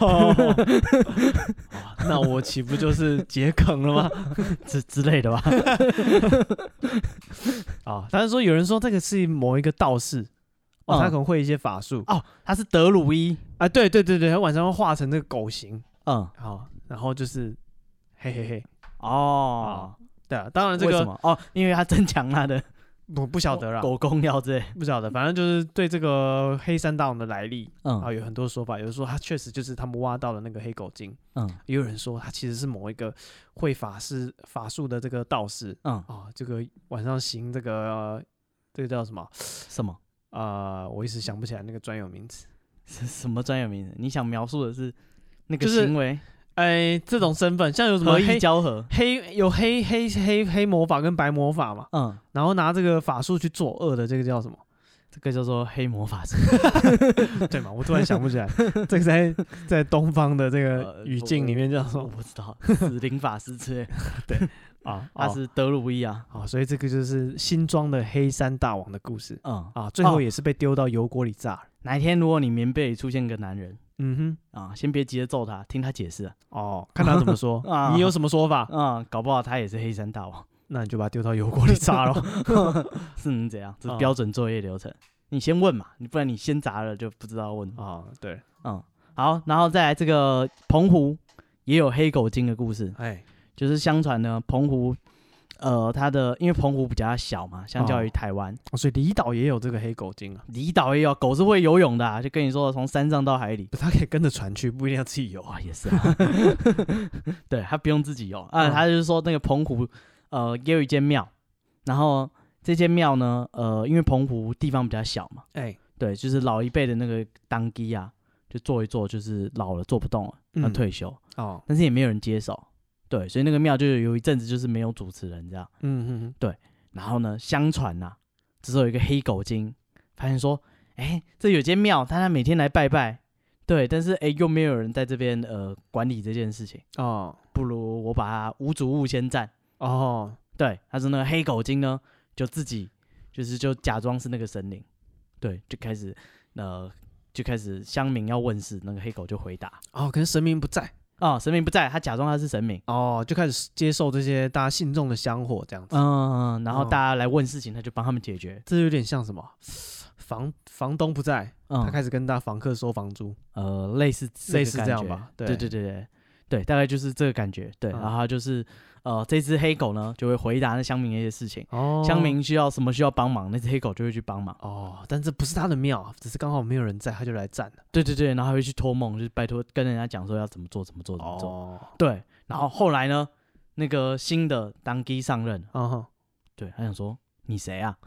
Speaker 1: 那我岂不就是解梗了吗？
Speaker 2: 之类的吧
Speaker 1: 但是说有人说这个是某一个道士他可能会一些法术
Speaker 2: 他是德鲁伊
Speaker 1: 对，他晚上会化成这个狗形然后就是嘿对当然这个
Speaker 2: 为什么因为他增强他的
Speaker 1: 不晓得啦，
Speaker 2: 狗公妖之类
Speaker 1: 不晓得，反正就是对这个黑山大王的来历有很多说法，有人说他确实就是他们挖到了那个黑狗精也有人说他其实是某一个会法术的这个道士这个晚上行这个叫什么我一时想不起来那个专有名词
Speaker 2: 是什么专有名词？你想描述的是那个行为
Speaker 1: 这种身份，像有什么
Speaker 2: 合一交合，
Speaker 1: 有黑魔法跟白魔法嘛，然后拿这个法术去作恶的，这个叫什么？
Speaker 2: 这个叫做黑魔法师，
Speaker 1: 对嘛？我突然想不起来，这个在东方的这个语境里面叫做
Speaker 2: 我不知道，死灵法师之类。
Speaker 1: 对，
Speaker 2: 他是德鲁伊啊，
Speaker 1: 所以这个就是新庄的黑山大王的故事。最后也是被丢到油锅里炸了。
Speaker 2: 哪一天如果你棉被里出现个男人，先别急着揍他，听他解释
Speaker 1: 看他怎么说。你有什么说法？
Speaker 2: 搞不好他也是黑山大王，
Speaker 1: 那你就把他丢到油锅里炸咯。
Speaker 2: 是能怎样？这是标准作业流程。你先问嘛，不然你先砸了就不知道问。
Speaker 1: 对，
Speaker 2: 好，然后再来这个澎湖也有黑狗精的故事。就是相传呢，澎湖。因为澎湖比较小嘛，相较于台湾，
Speaker 1: 所以离岛也有这个黑狗精啊。
Speaker 2: 离岛也有，狗是会游泳的，就跟你说从山上到海里，
Speaker 1: 它可以跟着船去，不一定要自己游
Speaker 2: 也是啊。对，它不用自己游他就是说那个澎湖，也有一间庙，然后这间庙呢，因为澎湖地方比较小嘛，对，就是老一辈的那个当机啊，就做一做，就是老了做不动了，要退休但是也没有人接手。对，所以那个庙就有一阵子就是没有主持人这样。对。然后呢，相传这时候有一个黑狗精发现说，这有间庙，他每天来拜拜，对，但是又没有人在这边管理这件事情不如我把它无主物先占对，他说那个黑狗精呢，就自己就假装是那个神灵，对，就开始乡民要问事，那个黑狗就回答
Speaker 1: 可是神明不在。
Speaker 2: 神明不在，他假装他是神明
Speaker 1: 就开始接受这些大家信众的香火这样子。
Speaker 2: 然后大家来问事情，他就帮他们解决。
Speaker 1: 这有点像什么？房东不在，他开始跟大房客收房租。
Speaker 2: 类似这
Speaker 1: 样吧。
Speaker 2: 对，大概就是这个感觉。对，然后就是这只黑狗呢就会回答那乡民那些事情。乡民需要帮忙，那只黑狗就会去帮忙。
Speaker 1: 但这不是他的庙，只是刚好没有人在，他就来占了。
Speaker 2: 对，然后还会去托梦，就是拜托跟人家讲说要怎么做。对，然后后来呢，那个新的当机上任，对，他想说你谁啊？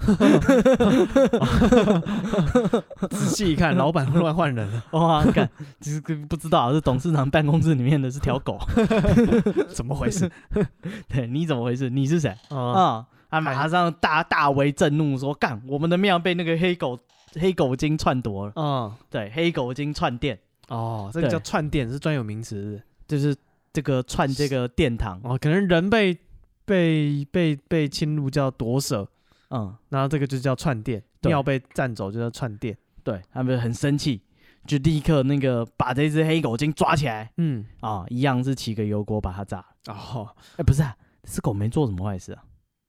Speaker 1: 仔细一看，老板乱换人了。
Speaker 2: 看，其实不知道是董事长办公室里面的是条狗，
Speaker 1: 怎么回事？
Speaker 2: 对，你怎么回事？你是谁？他马上大为震怒，说干，我们的庙被那个黑狗精篡夺了。对，黑狗精篡殿。
Speaker 1: 这个叫篡殿，是专有名词，
Speaker 2: 就是这个篡这个殿堂。
Speaker 1: 可能人被侵入叫夺舍。然后这个就叫篡殿，庙被占走就叫篡殿。
Speaker 2: 对，他们很生气，就立刻那个把这只黑狗精抓起来。一样是起个油锅把它炸了。不是这狗没做什么坏事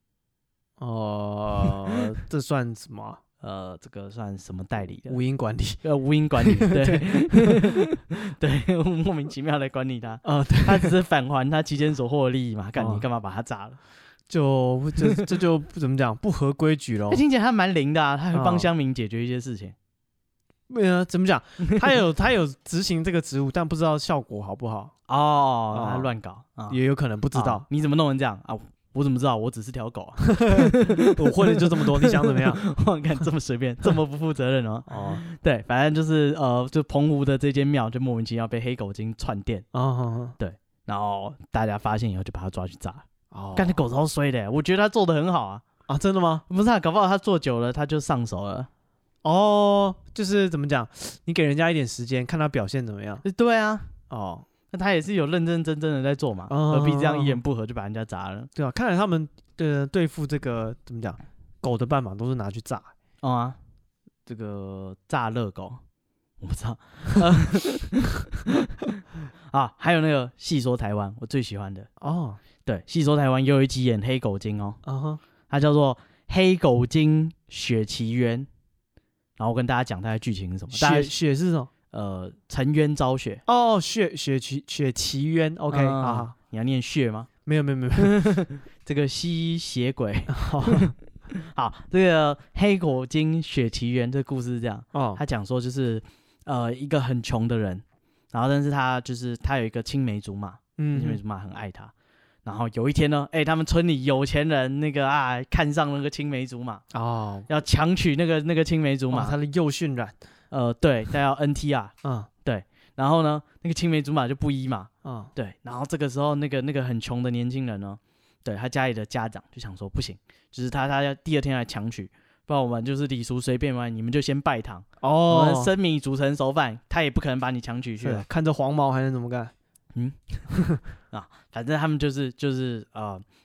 Speaker 1: 这算什么？
Speaker 2: 这个算什么代理的？
Speaker 1: 无因管理。
Speaker 2: 无因管理。对，对，莫名其妙来管理他。他只是返还他期间所获的利益嘛。你干嘛把它炸了？
Speaker 1: 这就怎么讲，不合规矩咯。
Speaker 2: 听起来他蛮灵的他会帮乡民解决一些事情。
Speaker 1: 怎么讲？他有执行这个职务，但不知道效果好不好。
Speaker 2: 他乱搞
Speaker 1: 也有可能不知道。
Speaker 2: 你怎么弄成这样我怎么知道？我只是条狗
Speaker 1: 我混的就这么多，你想怎么样？
Speaker 2: 我看这么随便，这么不负责任对，反正就是就澎湖的这间庙就莫名其妙被黑狗精篡殿。对，然后大家发现以后就把他抓去炸。干这狗超衰的，我觉得他做的很好
Speaker 1: 真的吗？
Speaker 2: 不是搞不好他做久了他就上手了。
Speaker 1: 就是怎么讲，你给人家一点时间，看他表现怎么样。
Speaker 2: 对啊。那他也是有认认真真的在做嘛，何必这样一言不合就把人家炸了？
Speaker 1: 对啊，看来他们对付这个怎么讲狗的办法都是拿去炸。
Speaker 2: 这个炸热狗我不知道。还有那个戏说台湾，我最喜欢的对，戏说台湾也有一集演黑狗精它叫做《黑狗精雪奇缘》，然后我跟大家讲它的剧情是什么。
Speaker 1: 雪是什么？
Speaker 2: 沉冤昭雪。
Speaker 1: 雪奇缘。OK
Speaker 2: 你要念血吗？
Speaker 1: 没有。
Speaker 2: 这个吸血鬼。好，这个黑狗精雪奇缘这个故事是这样。他讲说就是一个很穷的人，然后但是他有一个青梅竹马，青梅竹马很爱他。然后有一天呢，他们村里有钱人那个看上那个青梅竹马要抢取那个青梅竹马，
Speaker 1: 他的幼训染。
Speaker 2: 对，他要 NTR。对，然后呢，那个青梅竹马就不依嘛。对，然后这个时候那个很穷的年轻人呢，对他家里的家长就想说不行，就是他要第二天来抢取，不然我们就是礼俗随便嘛，你们就先拜堂。我们生米煮成熟饭，他也不可能把你抢取去了。
Speaker 1: 看着黄毛还能怎么干？
Speaker 2: 反正他们就是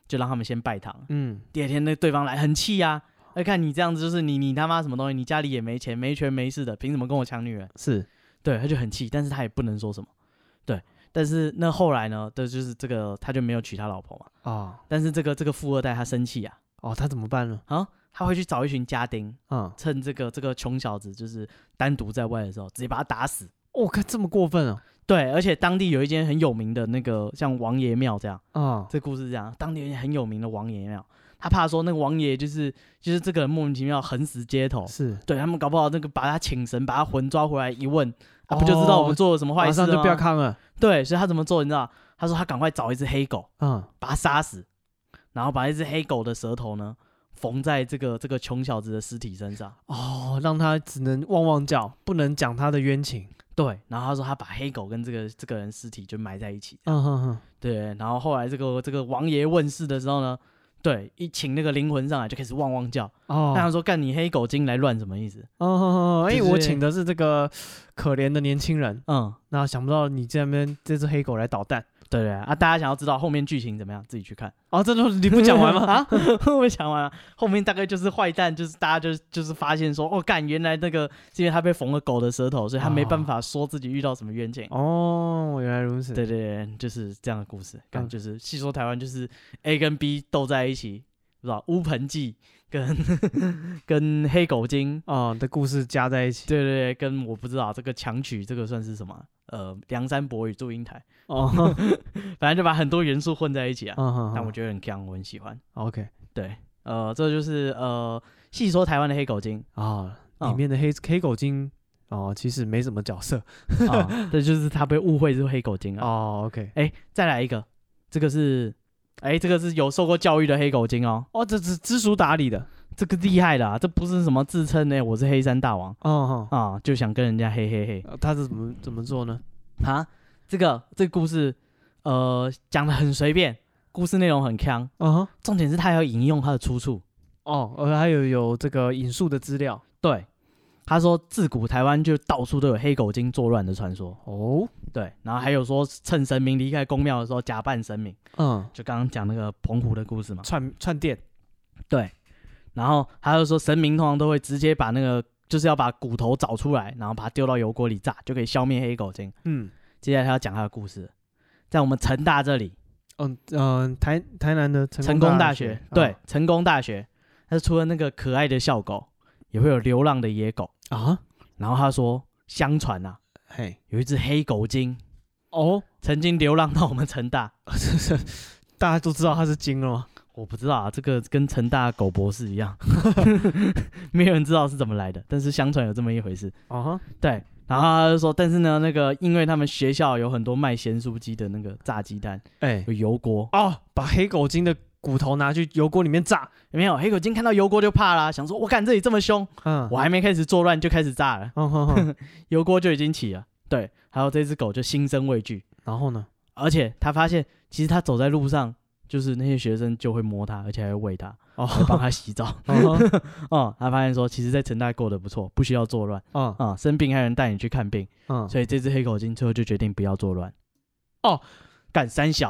Speaker 2: 就让他们先拜堂。第二天那对方来很气啊，看你这样子就是你他妈什么东西，你家里也没钱没权没势的，凭什么跟我抢女人？
Speaker 1: 是，
Speaker 2: 对，他就很气，但是他也不能说什么。对，但是那后来呢，就是这个他就没有娶他老婆嘛。但是这个富二代他生气啊。
Speaker 1: 他怎么办呢？
Speaker 2: 他会去找一群家丁，趁这个穷小子就是单独在外的时候，直接把他打死。
Speaker 1: 看这么过分哦！
Speaker 2: 对，而且当地有一间很有名的那个像王爷庙这样，这故事是这样，当地有一间很有名的王爷庙，他怕说那个王爷就是这个人莫名其妙横死街头，
Speaker 1: 是
Speaker 2: 对他们搞不好那个把他请神，把他魂抓回来一问，不就知道我们做了什么坏事吗？
Speaker 1: 马上就不要看了。
Speaker 2: 对，所以他怎么做你知道？他说他赶快找一只黑狗，把他杀死，然后把一只黑狗的舌头呢缝在这个穷小子的尸体身上，
Speaker 1: 让他只能汪汪叫，不能讲他的冤情。
Speaker 2: 对，然后他说他把黑狗跟这个人尸体就埋在一起。对，然后后来这个王爷问世的时候呢，对，一请那个灵魂上来就开始汪汪叫。他说干你黑狗精来乱什么意思？
Speaker 1: 我请的是这个可怜的年轻人。那想不到你这边这只黑狗来捣蛋。
Speaker 2: 对大家想要知道后面剧情怎么样，自己去看。
Speaker 1: 这都你不讲完吗？
Speaker 2: 后面讲完了，后面大概就是坏蛋，就是大家就是发现说，干原来那个是因为他被缝了狗的舌头，所以他没办法说自己遇到什么冤情。
Speaker 1: 原来如此。
Speaker 2: 对，就是这样的故事。就是细说台湾，就是 A 跟 B 斗在一起，不知道乌盆记跟黑狗精
Speaker 1: 的故事加在一起。
Speaker 2: 对，跟我不知道这个强曲这个算是什么？梁山伯与祝英台。反正就把很多元素混在一起啊。但我觉得很强，我很喜欢。
Speaker 1: OK，
Speaker 2: 对，这就是细说台湾的黑狗精
Speaker 1: 里面的黑狗精其实没什么角色。
Speaker 2: 这就是他被误会是黑狗精
Speaker 1: 啊。OK，
Speaker 2: 再来一个，这个是有受过教育的黑狗精
Speaker 1: 这是知书达理的，
Speaker 2: 这个厉害的这不是什么自称我是黑山大王就想跟人家嘿。
Speaker 1: 他是怎么做呢？
Speaker 2: 这个故事讲的很随便，故事内容很强。重点是他要引用他的出处
Speaker 1: 还有这个引述的资料。
Speaker 2: 对，他说自古台湾就到处都有黑狗精作乱的传说。对，然后还有说趁神明离开宫庙的时候假扮神明。就刚刚讲那个澎湖的故事嘛，
Speaker 1: 串电。
Speaker 2: 对，然后他就说神明通常都会直接把那个就是要把骨头找出来，然后把它丢到油锅里炸，就可以消灭黑狗精。接下来他要讲他的故事，在我们成大这里，
Speaker 1: 台南的
Speaker 2: 成功大学，对，成功大学，他除了那个可爱的校狗，也会有流浪的野狗然后他说，相传有一只黑狗精曾经流浪到我们成大。
Speaker 1: 大家都知道他是精了吗？
Speaker 2: 我不知道这个跟成大狗博士一样，没有人知道是怎么来的，但是相传有这么一回事。对。然后他就说，但是呢，因为他们学校有很多卖咸酥鸡的那个炸鸡蛋，有油锅
Speaker 1: 把黑狗精的骨头拿去油锅里面炸。
Speaker 2: 有没有？黑狗精看到油锅就怕啦，想说我干这里这么凶，我还没开始作乱就开始炸了，油锅就已经起了。对，还有这只狗就心生畏惧。
Speaker 1: 然后呢？
Speaker 2: 而且他发现，其实他走在路上，就是那些学生就会摸他，而且还会喂他。会帮他洗澡。他发现说，其实在成大过得不错，不需要作乱。生病还有人带你去看病。所以这只黑狗精最后就决定不要作乱。干三小。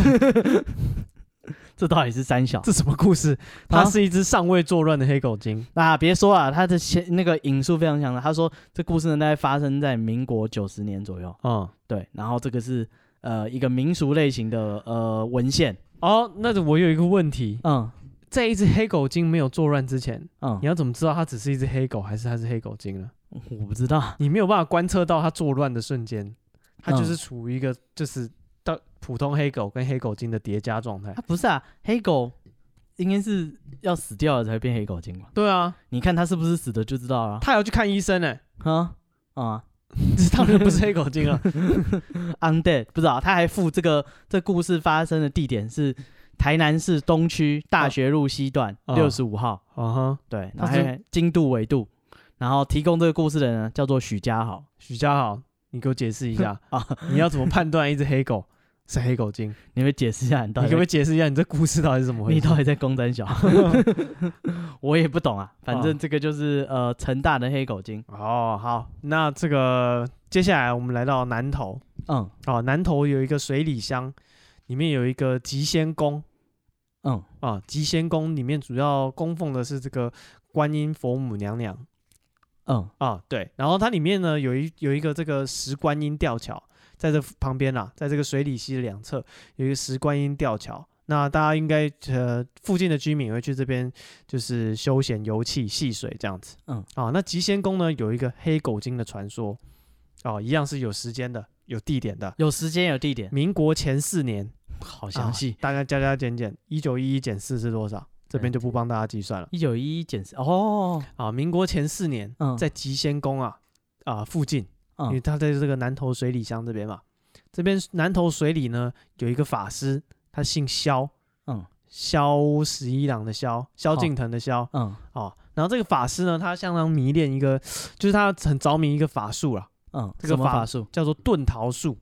Speaker 2: 这到底是三小？
Speaker 1: 这什么故事？它是一只尚未作乱的黑狗精。
Speaker 2: 别说啊，他的那个引述非常强的。他说这故事呢，大概发生在民国90年左右。对，然后这个是一个民俗类型的文献。
Speaker 1: 那我有一个问题。在一只黑狗精没有作乱之前，你要怎么知道它只是一只黑狗，还是它是黑狗精呢？
Speaker 2: 我不知道，
Speaker 1: 你没有办法观测到它作乱的瞬间，它就是处于一个就是到普通黑狗跟黑狗精的叠加状态。
Speaker 2: 不是啊，黑狗应该是要死掉了才会变黑狗精吧？
Speaker 1: 对啊，
Speaker 2: 你看它是不是死的就知道了。
Speaker 1: 它要去看医生这当然不是黑狗精啊。
Speaker 2: Undead 不知道，他还附这故事发生的地点是台南市东区大学路西段65号。对，然后还有经度纬度，然后提供这个故事的人呢叫做许家豪。
Speaker 1: 许家豪，你给我解释一下你要怎么判断一只黑狗是黑狗精？
Speaker 2: 你会解释一下你可不
Speaker 1: 可以解释一下你这故事到底是怎么回事？
Speaker 2: 你到底在公三小？我也不懂啊，反正这个就是成大的黑狗精。
Speaker 1: 好，那这个接下来我们来到南投。南投有一个水里乡，里面有一个集仙宫。 集仙宫里面主要供奉的是这个观音佛母娘娘。对，然后它里面呢有一个这个石观音吊桥，在这旁边啦，在这个水里溪的两侧有一个石观音吊桥。那大家应该附近的居民也会去这边就是休闲游憩戏水这样子。那集仙宫呢有一个黑狗精的传说，一样是有时间的，有地点的，
Speaker 2: 有时间有地点。
Speaker 1: 民国前4年，
Speaker 2: 好详细，
Speaker 1: 大概加减减，1911减4是多少？这边就不帮大家计算了。
Speaker 2: 1911减4，民
Speaker 1: 国前4年，在集仙宫附近，因为他在这个南投水里乡这边嘛，这边南投水里呢有一个法师，他姓萧，萧十一郎的萧，萧敬腾的萧，然后这个法师呢，他相当迷恋一个，就是他很着迷一个法术啦，这个
Speaker 2: 法术
Speaker 1: 叫做遁逃术，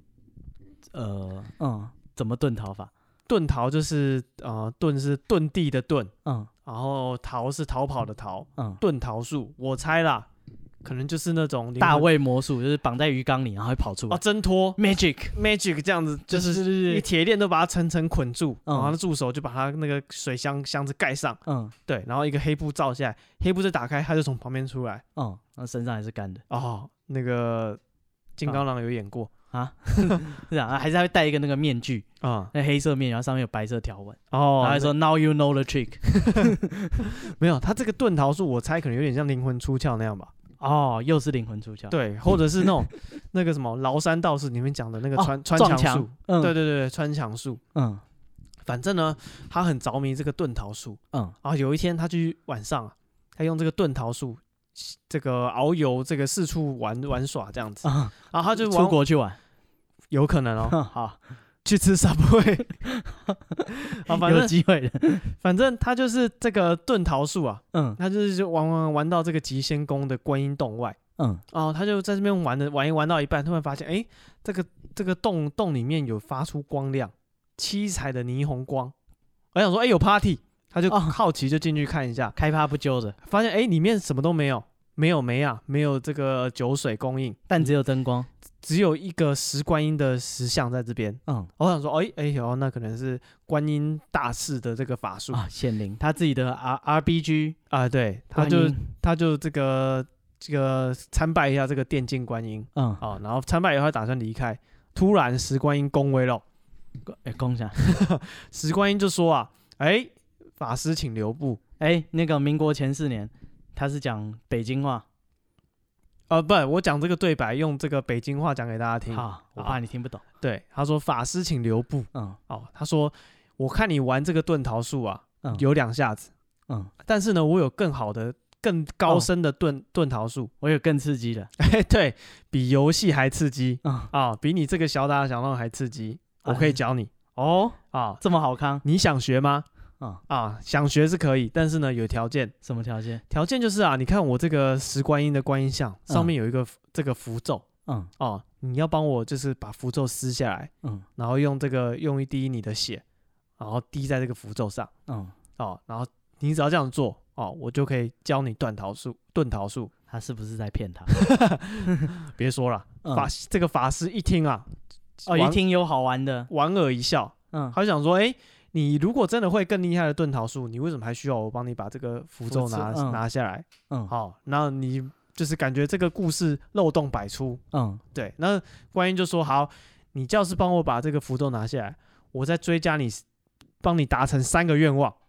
Speaker 2: 怎么遁逃法？
Speaker 1: 遁逃就是遁是遁地的遁，然后逃是逃跑的逃，遁逃术，我猜啦，可能就是那种
Speaker 2: 大卫魔术，就是绑在鱼缸里，然后会跑出来。
Speaker 1: 挣脱 magic 这样子，就是铁链都把它层捆住，然后他的助手就把他那个水箱子盖上，对，然后一个黑布罩下来，黑布再打开，他就从旁边出来，
Speaker 2: 那身上还是干的。
Speaker 1: 那个金刚狼有演过。
Speaker 2: 是啊，还是他会戴一个那个面具那黑色面，然后上面有白色条纹然后还说 Now you know the trick
Speaker 1: 没有，他这个遁逃术我猜可能有点像灵魂出窍那样吧。
Speaker 2: 又是灵魂出窍。
Speaker 1: 对，或者是那种那个什么崂山道士里面讲的那个穿墙术。对，穿墙术。反正呢，他很着迷这个遁逃术。然后有一天他去晚上他用这个遁逃术，这个遨游这个四处玩耍这样子。然后他就
Speaker 2: 出国去玩。
Speaker 1: 有可能
Speaker 2: 好，
Speaker 1: 去吃 Subway
Speaker 2: 有机会的。
Speaker 1: 反正他就是这个遁逃术他就是玩到这个集仙宫的观音洞外。他就在这边玩到一半，突然发现这个洞里面有发出光亮，七彩的霓虹光。我想说有 party， 他就好奇就进去看一下，
Speaker 2: 开趴不揪的，
Speaker 1: 发现里面什么都没有，没有煤没有这个酒水供应，
Speaker 2: 但只有灯光。
Speaker 1: 只有一个石观音的石像在这边。我想说那可能是观音大士的这个法术
Speaker 2: 显灵，他自己的 RBG
Speaker 1: 对，他就这个参拜一下这个电竞观音。然后参拜以后他打算离开，突然石观音恭维了，
Speaker 2: 恭下
Speaker 1: 石观音就说法师请留步。
Speaker 2: 那个民国前4年，他是讲北京话。
Speaker 1: 不，我讲这个对白用这个北京话讲给大家听。
Speaker 2: 我怕你听不懂。
Speaker 1: 对，他说法师请留步。他说我看你玩这个遁逃术有2下子。但是呢，我有更好的、更高深的遁逃术，
Speaker 2: 我有更刺激的。
Speaker 1: 对，比游戏还刺激。比你这个小打小闹还刺激。我可以教你。
Speaker 2: 这么好康，
Speaker 1: 你想学吗？想学是可以，但是呢有条件。
Speaker 2: 什么条件？
Speaker 1: 条件就是你看我这个石观音的观音像上面有一个这个符咒。你要帮我就是把符咒撕下来。然后用一滴你的血，然后滴在这个符咒上。然后你只要这样做我就可以教你遁逃术。
Speaker 2: 他是不是在骗他？
Speaker 1: 别说了，这个法师一听
Speaker 2: 一听有好玩的，
Speaker 1: 莞尔一笑。他就想说你如果真的会更厉害的遁逃术，你为什么还需要我帮你把这个符咒拿下来？那你就是感觉这个故事漏洞百出。对，那观音就说好，你要是帮我把这个符咒拿下来，我再追加你，帮你达成3个愿望。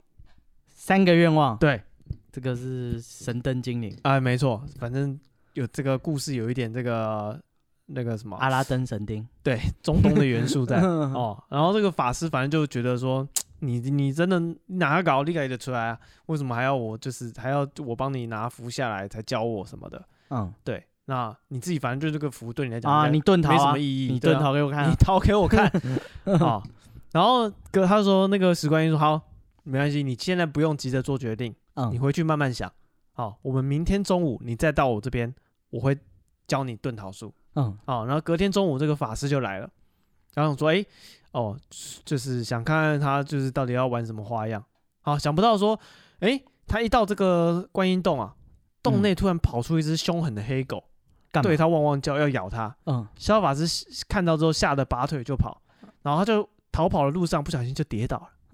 Speaker 2: 3个愿望？
Speaker 1: 对，
Speaker 2: 这个是神灯精灵。
Speaker 1: 没错，反正有这个故事有一点这个那个什么
Speaker 2: 阿拉丁神丁，
Speaker 1: 对，中东的元素在。然后这个法师反正就觉得说，你真的哪搞你搞得出来为什么还要我帮你拿符下来才教我什么的？对，那你自己反正就这个符对你来讲
Speaker 2: 你遁逃
Speaker 1: 没什么意义，
Speaker 2: 你遁逃给我看，
Speaker 1: 你逃给我看。然后他说那个石观音说好，没关系，你现在不用急着做决定，你回去慢慢想。我们明天中午你再到我这边，我会教你遁逃术。然后隔天中午这个法师就来了，然后说就是想看看他就是到底要玩什么花样。想不到说他一到这个观音洞洞内突然跑出一只凶狠的黑狗，对他汪汪叫要咬他。小法师看到之后吓得拔腿就跑，然后他就逃跑的路上不小心就跌倒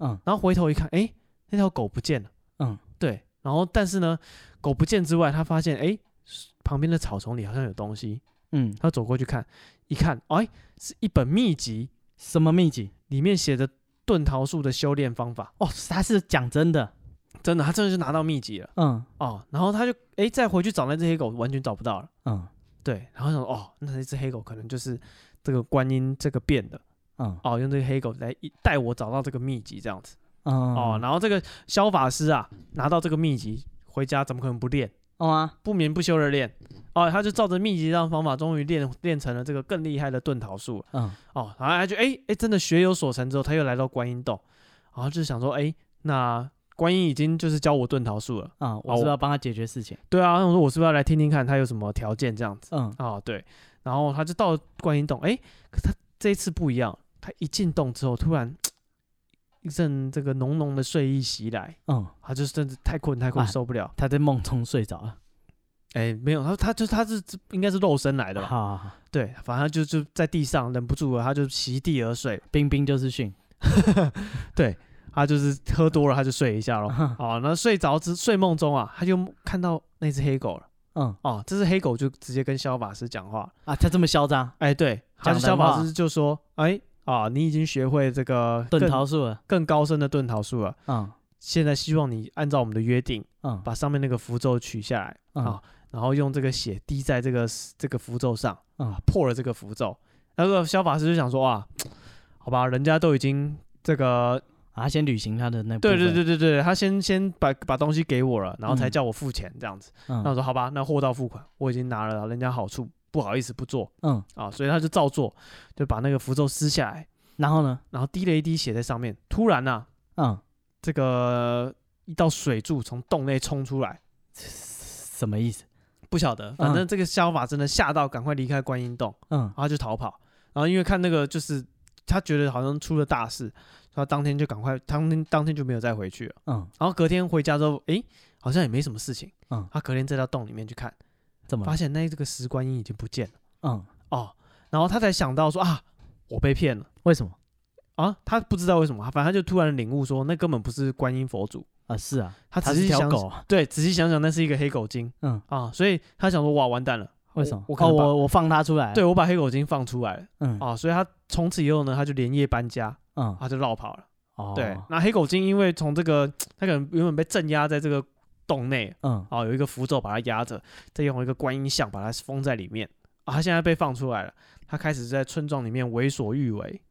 Speaker 1: 然后回头一看，哎，那条狗不见了，对，然后但是呢，狗不见之外，他发现，哎，旁边的草丛里好像有东西，他走过去看，一看，哎，是一本秘籍，
Speaker 2: 什么秘籍？
Speaker 1: 里面写着遁桃术的修炼方法。
Speaker 2: 哦，他是讲真的。
Speaker 1: 真的，他真的就拿到秘籍了。然后他就再回去找那只黑狗，完全找不到了。对，然后想说，那只黑狗可能就是这个观音这个变的。用这个黑狗来带我找到这个秘籍，这样子。然后这个萧法师啊，拿到这个秘籍回家，怎么可能不练？不眠不休的练。他就照着秘籍这样方法，终于练成了这个更厉害的遁桃术。然后他就真的学有所成之后，他又来到观音洞，然后就想说，那观音已经就是教我遁桃术了，
Speaker 2: 我是不是要帮他解决事情？
Speaker 1: 对啊，我说我是不是要来听听看他有什么条件这样子？对，然后他就到了观音洞，可他这一次不一样，他一进洞之后，突然一阵这个浓浓的睡意袭来，他就真的太困受不了，
Speaker 2: 他在梦中睡着了。
Speaker 1: 没有，他是应该是肉身来的吧？对，反正就在地上忍不住了，他就席地而睡，
Speaker 2: 冰冰就是训，
Speaker 1: 对。他就是喝多了，他就睡一下咯。那睡梦中啊，他就看到那只黑狗了。这只黑狗就直接跟萧法师讲话
Speaker 2: 啊，他这么嚣张？
Speaker 1: 对，萧法师就说，你已经学会这个
Speaker 2: 遁桃术了，
Speaker 1: 更高深的遁桃术了。现在希望你按照我们的约定，把上面那个符咒取下来，然后用这个血滴在这个符咒上，破了这个符咒。那个萧法师就想说，好吧，人家都已经这个。
Speaker 2: 他先履行他的那部分。
Speaker 1: 对，他先把东西给我了，然后才叫我付钱这样子。那我说好吧，那货到付款，我已经拿了人家好处，不好意思不做。所以他就照做，就把那个符咒撕下来，
Speaker 2: 然后呢，
Speaker 1: 然后滴了一滴血在上面。突然啊，这个一道水柱从洞内冲出来，
Speaker 2: 什么意思？
Speaker 1: 不晓得，反正这个萧法真的吓到，赶快离开观音洞，然后就逃跑。然后因为看那个就是他觉得好像出了大事。他当天就赶快，当天就没有再回去了。然后隔天回家之后，好像也没什么事情。他隔天再到洞里面去看，发现这个石观音已经不见了。然后他才想到说我被骗了。
Speaker 2: 为什么？
Speaker 1: 他不知道为什么，反正他就突然领悟说，那根本不是观音佛祖
Speaker 2: 啊，是啊，
Speaker 1: 他仔细想，对，仔细想想，那是一个黑狗精。所以他想说，哇，完蛋了。
Speaker 2: 为什么？我放他出来，
Speaker 1: 对，我把黑狗精放出来了。所以他从此以后呢，他就连夜搬家。他就绕跑了。对，那黑狗精因为从这个，他可能原本被镇压在这个洞内，有一个符咒把它压着，再用一个观音像把它封在里面。他现在被放出来了，他开始在村庄里面为所欲为。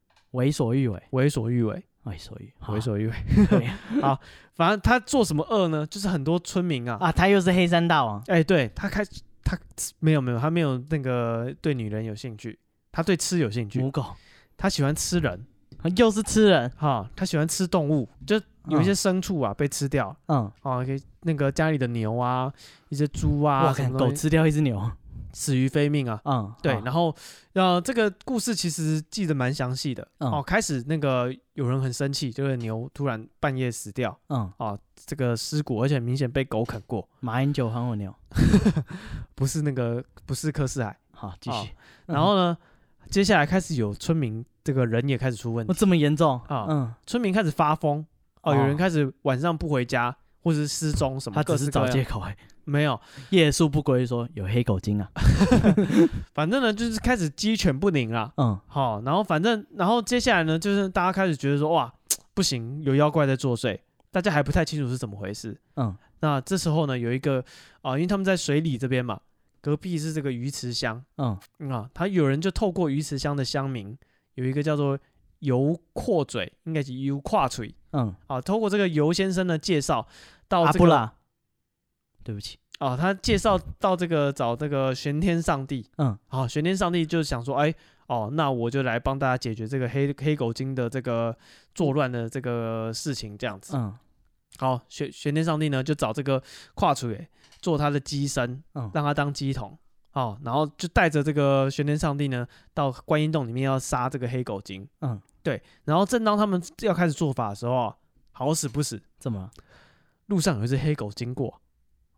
Speaker 1: 好，反正他做什么恶呢？就是很多村民
Speaker 2: 他又是黑山大王。
Speaker 1: 对，他没有，他没有那个对女人有兴趣，他对吃有兴趣。
Speaker 2: 母狗，
Speaker 1: 他喜欢吃人。
Speaker 2: 又是吃人
Speaker 1: 他喜欢吃动物，就有一些牲畜被吃掉，那个家里的牛啊，一些猪啊，
Speaker 2: 狗吃掉一只牛，
Speaker 1: 死于非命啊。对，然后这个故事其实记得蛮详细的。开始那个有人很生气，就是牛突然半夜死掉，这个尸骨，而且明显被狗啃过。
Speaker 2: 马英九还我牛，
Speaker 1: 不是柯世海。
Speaker 2: 好，继续。
Speaker 1: 然后呢，接下来开始有村民。这个人也开始出问题，
Speaker 2: 这么严重
Speaker 1: 村民开始发疯，有人开始晚上不回家，或者是失踪什么，
Speaker 2: 他只是找借口
Speaker 1: 没有
Speaker 2: 夜宿不归，说有黑狗精啊，
Speaker 1: 反正呢就是开始鸡犬不宁啊，然后接下来呢就是大家开始觉得说哇不行，有妖怪在作祟，大家还不太清楚是怎么回事，那这时候呢有一个因为他们在水里这边嘛，隔壁是这个鱼池乡，他有人就透过鱼池乡的乡民。有一个叫做尤阔嘴，应该是尤跨嘴，透过这个尤先生的介绍到这个，
Speaker 2: 阿布拉，对不起，
Speaker 1: 他介绍到这个找这个玄天上帝，玄天上帝就想说，那我就来帮大家解决这个黑狗精的这个作乱的这个事情，这样子，好，玄天上帝呢就找这个跨嘴做他的机身，让他当机童。然后就带着这个玄天上帝呢，到观音洞里面要杀这个黑狗精。对。然后正当他们要开始做法的时候好死不死，
Speaker 2: 怎么？
Speaker 1: 路上有一只黑狗经过。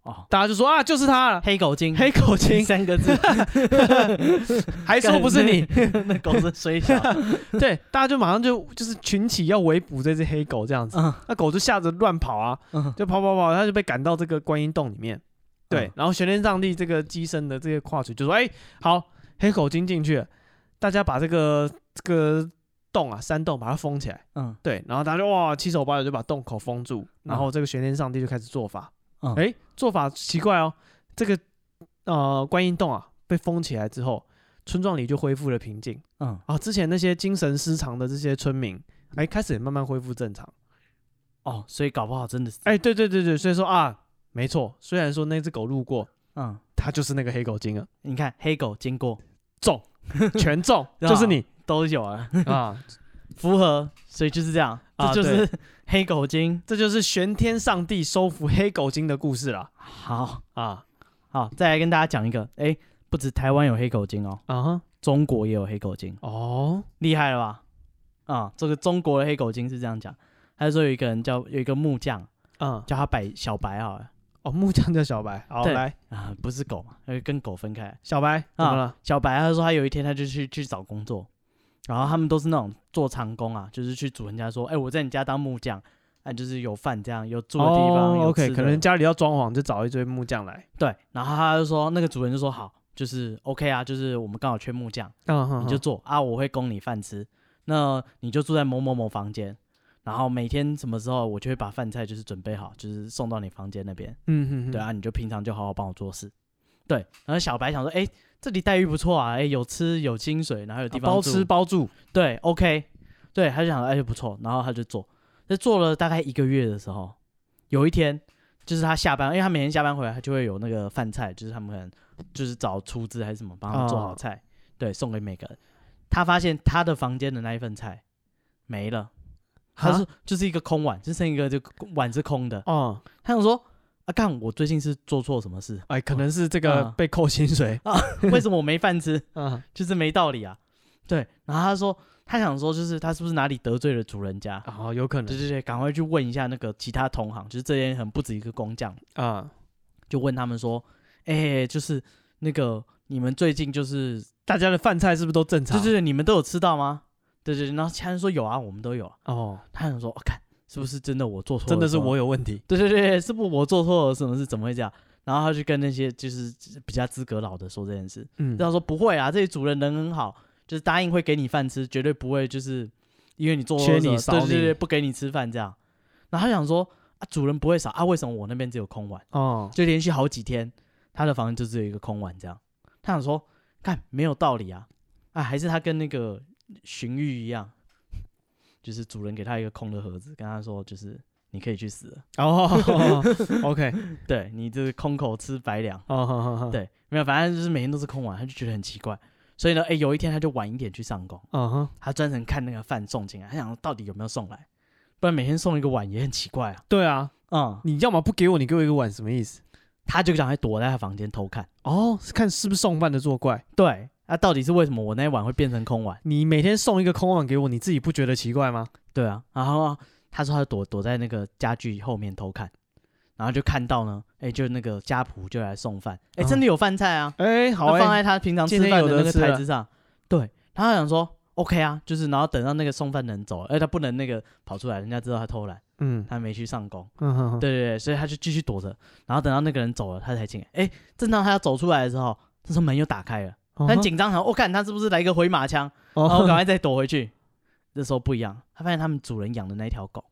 Speaker 1: 哦，大家就说啊，就是他了，
Speaker 2: 黑狗精，
Speaker 1: 黑狗精
Speaker 2: 3个字，
Speaker 1: 还说不是你，
Speaker 2: 那狗是衰小，
Speaker 1: 对，大家就马上就是群起要围捕这只黑狗这样子，那狗就吓得乱跑啊，就跑，他就被赶到这个观音洞里面，对，然后玄天上帝这个机身的这个跨水就说，好，黑狗精进去了，大家把这个洞啊，山洞把它封起来，对，然后大家就哇七手八脚就把洞口封住，然后这个玄天上帝就开始做法，做法奇怪哦，这个观音洞啊被封起来之后，村庄里就恢复了平静，之前那些精神失常的这些村民，开始也慢慢恢复正常，
Speaker 2: 所以搞不好真的是，
Speaker 1: 对，所以说啊，没错，虽然说那只狗路过，它就是那个黑狗精了，
Speaker 2: 你看黑狗经过
Speaker 1: 中，全中，就是你。
Speaker 2: 都有啊，符合，所以就是这样，这就是黑狗精，
Speaker 1: 这就是玄天上帝收服黑狗精的故事了。
Speaker 2: 好，再来跟大家讲一个，不止台湾有黑狗精哦，中国也有黑狗精哦，厉害了吧？这个中国的黑狗精是这样讲，他说有一个木匠，叫他小白好了。
Speaker 1: 木匠叫小白，好来
Speaker 2: 不是狗嘛，跟狗分开。
Speaker 1: 小白怎么了？
Speaker 2: 小白他说他有一天他就去找工作。然后他们都是那种做长工啊，就是去主人家说，我在你家当木匠，就是有饭这样，有住的地方，有吃的。
Speaker 1: 可能家里要装潢，就找一堆木匠来。
Speaker 2: 对，然后他就说，那个主人就说好，就是 OK 啊，就是我们刚好缺木匠，你就做啊，我会供你饭吃，那你就住在某某某房间，然后每天什么时候我就会把饭菜就是准备好，就是送到你房间那边。对啊，你就平常就好好帮我做事。对，然后小白想说，这里待遇不错啊，有吃有薪水，然后有地方住，
Speaker 1: 包吃包住，
Speaker 2: 对 ，OK， 对，他就想不错，然后他就做了大概1个月的时候，有一天就是他下班，因为他每天下班回来，他就会有那个饭菜，就是他们可能就是找厨子还是什么帮他们做好菜，对，送给每个人。他发现他的房间的那一份菜没了，他说就是一个空碗，就剩一个就碗是空的。他想说。干！我最近是做错什么事？
Speaker 1: 可能是这个被扣薪水
Speaker 2: 为什么我没饭吃？就是没道理啊。对，然后他想说，就是他是不是哪里得罪了主人家？
Speaker 1: 有可能。
Speaker 2: 对，赶快去问一下那个其他同行，就是这些很不止一个工匠就问他们说，就是那个你们最近就是
Speaker 1: 大家的饭菜是不是都正常？
Speaker 2: 对，你们都有吃到吗？对，然后其他人说有啊，我们都有啊。他想说，看。是不是真的我做错了？
Speaker 1: 真的是我有问题？
Speaker 2: 对，是不是我做错了什么事？怎么会这样？然后他就跟那些就是比较资格老的说这件事。他说不会啊，这些主人人很好，就是答应会给你饭吃，绝对不会就是因为你做错了，对，不给你吃饭这样。然后他想说主人不会少啊，为什么我那边只有空碗？就连续好几天，他的房间就只有一个空碗这样。他想说，看没有道理啊，还是他跟那个荀彧一样。就是主人给他一个空的盒子，跟他说，就是你可以去死了。
Speaker 1: OK，
Speaker 2: 对你这个空口吃白粮。对，没有，反正就是每天都是空碗，他就觉得很奇怪。所以呢，有一天他就晚一点去上工。他专程看那个饭送进来，他想到底有没有送来，不然每天送一个碗也很奇怪啊。
Speaker 1: 对啊，你要么不给我，你给我一个碗，什么意思？
Speaker 2: 他就想躲在他房间偷看。
Speaker 1: 看是不是送饭的作怪。
Speaker 2: 对。到底是为什么我那一碗会变成空碗？
Speaker 1: 你每天送一个空碗给我，你自己不觉得奇怪吗？
Speaker 2: 对啊，然后他说他躲在那个家具后面偷看，然后就看到呢，就那个家仆就来送饭，真的有饭菜啊，
Speaker 1: 好，
Speaker 2: 放在他平常吃饭的那个台子上。对，他想说 OK 啊，就是然后等到那个送饭的人走了，他不能那个跑出来，人家知道他偷懒，他没去上工，对，所以他就继续躲着，然后等到那个人走了，他才进来。正当他要走出来的时候，这时候门又打开了。很紧张，想看他是不是来一个回马枪，然后赶快再躲回去。这时候不一样，他发现他们主人养的那条狗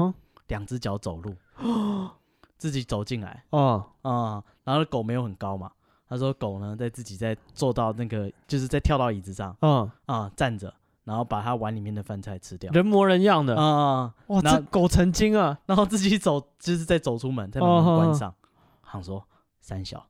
Speaker 2: ，2只脚走路，自己走进来，然后狗没有很高嘛，他说狗呢自己在坐到那个，就是在跳到椅子上，站着，然后把他碗里面的饭菜吃掉，
Speaker 1: 人模人样的，哇，这狗成精啊！
Speaker 2: 然后自己走，就是再走出门，再把门关上，想说。三小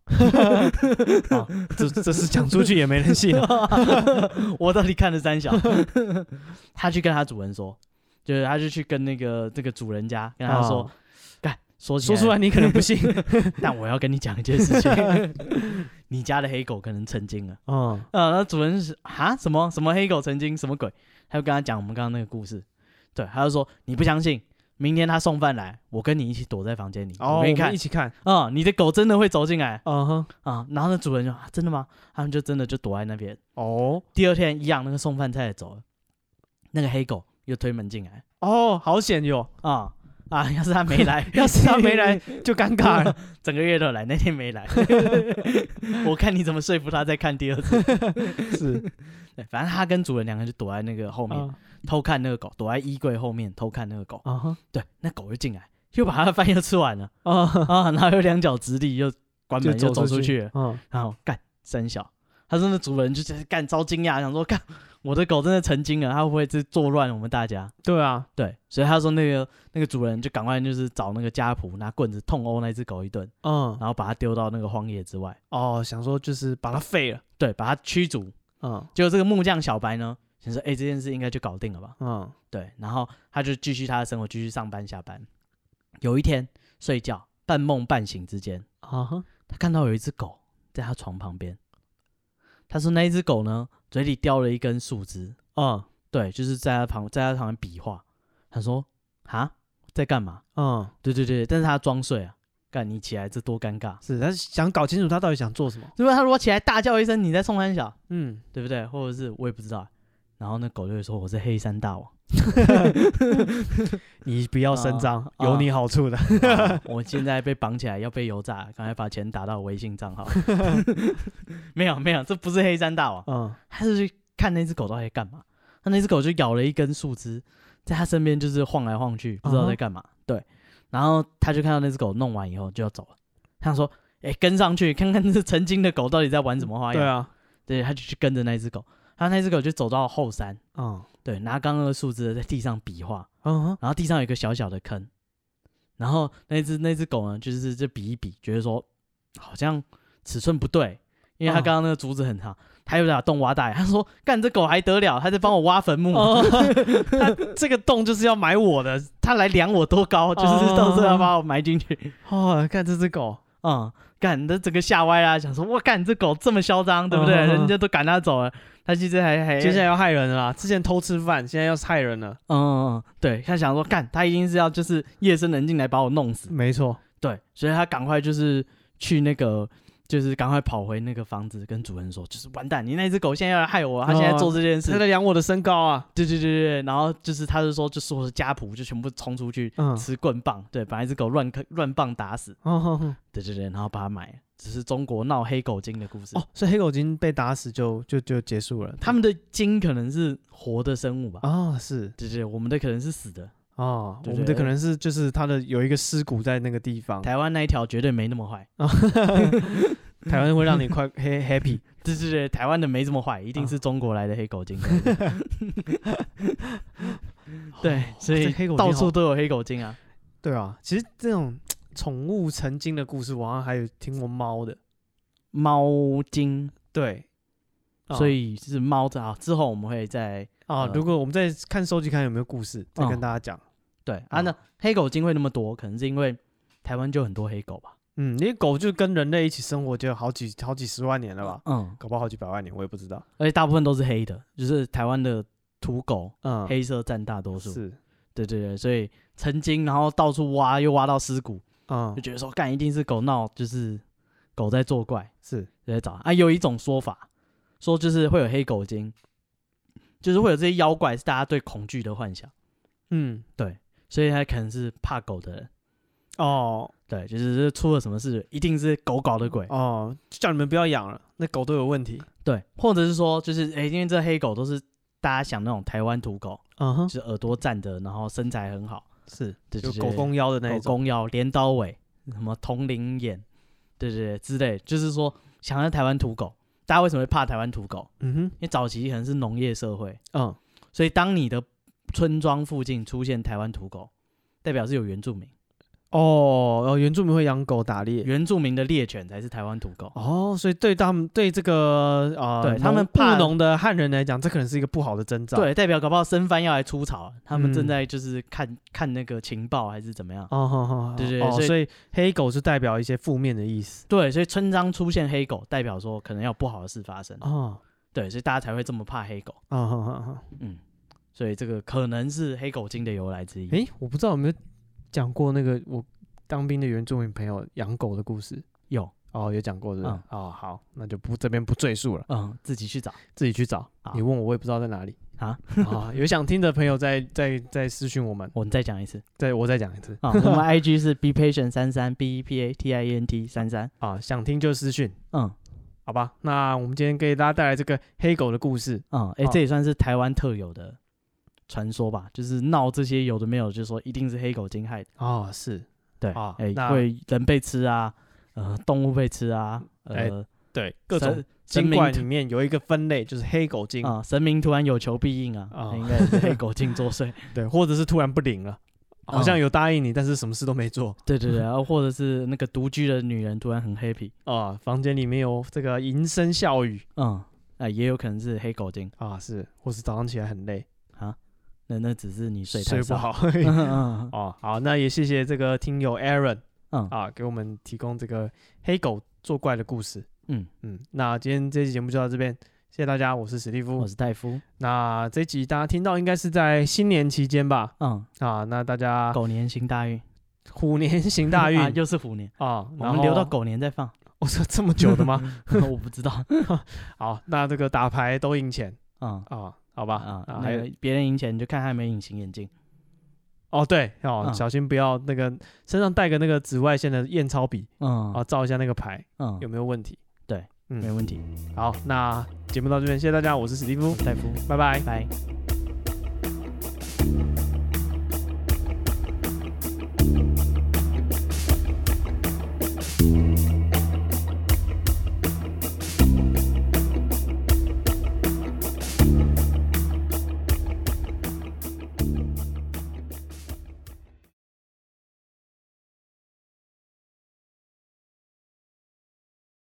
Speaker 1: 这是讲出去也没人信
Speaker 2: 我到底看了三小他去跟他主人说，就是他就去跟那个这个主人家跟他说，说
Speaker 1: 出来你可能不信
Speaker 2: 但我要跟你讲一件事情你家的黑狗可能成精了。那主人是什么黑狗成精什么鬼，他就跟他讲我们刚刚那个故事。对，他就说你不相信， 明天他送饭来，我跟你一起躲在房间里，我给你看，
Speaker 1: 一起看。
Speaker 2: 你的狗真的会走进来。然后那主人就真的吗？他们就真的就躲在那边。第二天一样，那个送饭菜也走了，那个黑狗又推门进来。
Speaker 1: 好险哟！
Speaker 2: 要是他没来，
Speaker 1: 要是他没来就尴尬了。
Speaker 2: 整个月都来，那天没来。我看你怎么说服他再看第二次。
Speaker 1: 是，
Speaker 2: 对，反正他跟主人两个就躲在那个后面。偷看那个狗，躲在衣柜后面偷看那个狗。对，那狗就进来，又把他的饭又吃完了。然后又两脚直立，又关门又走出去了。然后干三小，他说那主人就干超惊讶，想说干我的狗真的成精了，他会不会是作乱我们大家？
Speaker 1: 对啊，
Speaker 2: 对，所以他说那个主人就赶快就是找那个家仆拿棍子痛殴那只狗一顿。然后把它丢到那个荒野之外。
Speaker 1: 想说就是把它废了，
Speaker 2: 对，把它驱逐。结果这个木匠小白呢？想说，这件事应该就搞定了吧？对，然后他就继续他的生活，继续上班下班。有一天睡觉，半梦半醒之间，他看到有一只狗在他床旁边。他说那一只狗呢，嘴里叼了一根树枝。对，就是在他旁边比划。他说：“在干嘛？”对，但是他装睡啊，干你起来这多尴尬。
Speaker 1: 是，他想搞清楚他到底想做什么。
Speaker 2: 对吧？他如果起来大叫一声，你在冲三小，对不对？或者是我也不知道。然后那狗就会说：“我是黑山大王。”
Speaker 1: 你不要声张，有你好处的。
Speaker 2: 我现在被绑起来要被油炸，赶快把钱打到微信账号。没有，这不是黑山大王。他是去看那只狗到底在干嘛。那只狗就咬了一根树枝，在他身边就是晃来晃去，不知道在干嘛。对，然后他就看到那只狗弄完以后就要走了。他想说：“跟上去看看这成精的狗到底在玩什么花样。”
Speaker 1: 对啊，
Speaker 2: 对，他就去跟着那只狗。然后那只狗就走到后山，对，拿刚刚的树枝在地上比划，然后地上有一个小小的坑，然后那只狗呢，就比一比，觉得说好像尺寸不对，因为他刚刚那个竹子很长，他又把洞挖大，他说干这狗还得了，他在帮我挖坟墓，
Speaker 1: 他这个洞就是要埋我的，
Speaker 2: 他来量我多高，就是到时候要把我埋进去。
Speaker 1: 看这只狗，
Speaker 2: 干的整个吓歪啦，想说我干这狗这么嚣张，对不对？人家都赶他走了。他其实还
Speaker 1: 接下来要害人了啦，之前偷吃饭，现在要害人了。
Speaker 2: 对，他想说干，他一定是要就是夜深人静来把我弄死。
Speaker 1: 没错，
Speaker 2: 对，所以他赶快就是去那个，就是赶快跑回那个房子，跟主人说，就是完蛋，你那只狗现在要来害我，他现在做这件事，
Speaker 1: 他在量我的身高啊。
Speaker 2: 对，然后就是他就说，就所有的家仆就全部冲出去吃棍棒，对，把一只狗乱棒打死。对，然后把它埋了。只是中国闹黑狗精的故事。
Speaker 1: 所以黑狗精被打死就结束了。
Speaker 2: 他们的精可能是活的生物吧？
Speaker 1: 是。
Speaker 2: 对，我们的可能是死的。
Speaker 1: 我们的可能是就是它的有一个尸骨在那个地方。
Speaker 2: 台湾那一条绝对没那么坏。
Speaker 1: 台湾会让你快happy。
Speaker 2: 对，台湾的没这么坏，一定是中国来的黑狗精。对，所以到处都有黑狗精啊。
Speaker 1: 对啊，其实这种宠物成精的故事，我好像还有听过猫的
Speaker 2: 猫精。对，所以是猫的啊。之后我们会再
Speaker 1: 如果我们再收集看有没有故事，再跟大家讲。
Speaker 2: 对那黑狗精会那么多，可能是因为台湾就很多黑狗吧。
Speaker 1: 因为狗就跟人类一起生活就好几十万年了吧。搞不好好几百万年，我也不知道。
Speaker 2: 而且大部分都是黑的，就是台湾的土狗，黑色占大多数。
Speaker 1: 是，
Speaker 2: 对，所以成精，然后到处挖，又挖到尸骨。就觉得说干一定是狗闹，就是狗在作怪，
Speaker 1: 是
Speaker 2: 在找有一种说法，说就是会有黑狗精，就是会有这些妖怪是大家对恐惧的幻想。对，所以他可能是怕狗的人。对，就是出了什么事，一定是狗搞的鬼。
Speaker 1: 就叫你们不要养了，那狗都有问题。
Speaker 2: 对，或者是说就是因为这黑狗都是大家想那种台湾土狗，就是耳朵站着，然后身材很好。
Speaker 1: 是，就狗公腰的那种，
Speaker 2: 狗公腰、镰刀尾、什么铜铃眼，对之类，就是说想要台湾土狗，大家为什么会怕台湾土狗？因为早期可能是农业社会，所以当你的村庄附近出现台湾土狗，代表是有原住民。
Speaker 1: 原住民会养狗打猎，
Speaker 2: 原住民的猎犬才是台湾土狗。
Speaker 1: 所以对他们对这个
Speaker 2: 对他们
Speaker 1: 务农的汉人来讲，这可能是一个不好的征兆。
Speaker 2: 对，代表搞不好生番要来出草，他们正在就是看那个情报还是怎么样。对，
Speaker 1: 所以黑狗是代表一些负面的意思。
Speaker 2: 对，所以村庄出现黑狗，代表说可能要有不好的事发生。对，所以大家才会这么怕黑狗。 所以这个可能是黑狗精的由来之一。
Speaker 1: 我不知道有没有讲过那个我当兵的原住民朋友养狗的故事。
Speaker 2: 有
Speaker 1: 有讲过的。好，那就这边不赘述了。
Speaker 2: 自己去找。
Speaker 1: 你问我也不知道在哪里啊。有想听的朋友再私讯我们。
Speaker 2: 我再讲一次。
Speaker 1: 我再讲一次。
Speaker 2: 我们 IG 是 bepatient33 bepatient33
Speaker 1: 想听就私讯。好吧，那我们今天给大家带来这个黑狗的故事。
Speaker 2: 这也算是台湾特有的传说吧，就是闹这些有的没有，就是说一定是黑狗精害的。
Speaker 1: 是，
Speaker 2: 对，会人被吃啊，动物被吃啊，
Speaker 1: 对，各种精怪里面有一个分类就是黑狗精
Speaker 2: 神明突然有求必应啊，应该是黑狗精作祟。
Speaker 1: 对，或者是突然不灵了，好像有答应你，但是什么事都没做。
Speaker 2: 对，或者是那个独居的女人突然很 happy
Speaker 1: 房间里面有这个吟声笑语。
Speaker 2: 也有可能是黑狗精
Speaker 1: 是，或是早上起来很累
Speaker 2: 那只是你睡太
Speaker 1: 不好。好，那也谢谢这个听友 Aaron 给我们提供这个黑狗作怪的故事。那今天这期节目就到这边，谢谢大家，我是史蒂夫，
Speaker 2: 我是戴夫。
Speaker 1: 那这一集大家听到应该是在新年期间吧？那大家
Speaker 2: 狗年行大运，
Speaker 1: 虎年行大运，
Speaker 2: 又是虎年
Speaker 1: 我
Speaker 2: 们留到狗年再放。
Speaker 1: 这么久的吗？
Speaker 2: 我不知道。
Speaker 1: 好，那这个打牌都赢钱。好吧，
Speaker 2: 还有别人赢钱，你就看他有没有隐形眼镜。
Speaker 1: 对小心不要那个身上带个那个紫外线的验钞笔，照一下那个牌，有没有问题？
Speaker 2: 对，没问题。
Speaker 1: 好，那节目到这边，谢谢大家，我是史蒂夫，
Speaker 2: 戴夫，
Speaker 1: 拜拜，
Speaker 2: 拜。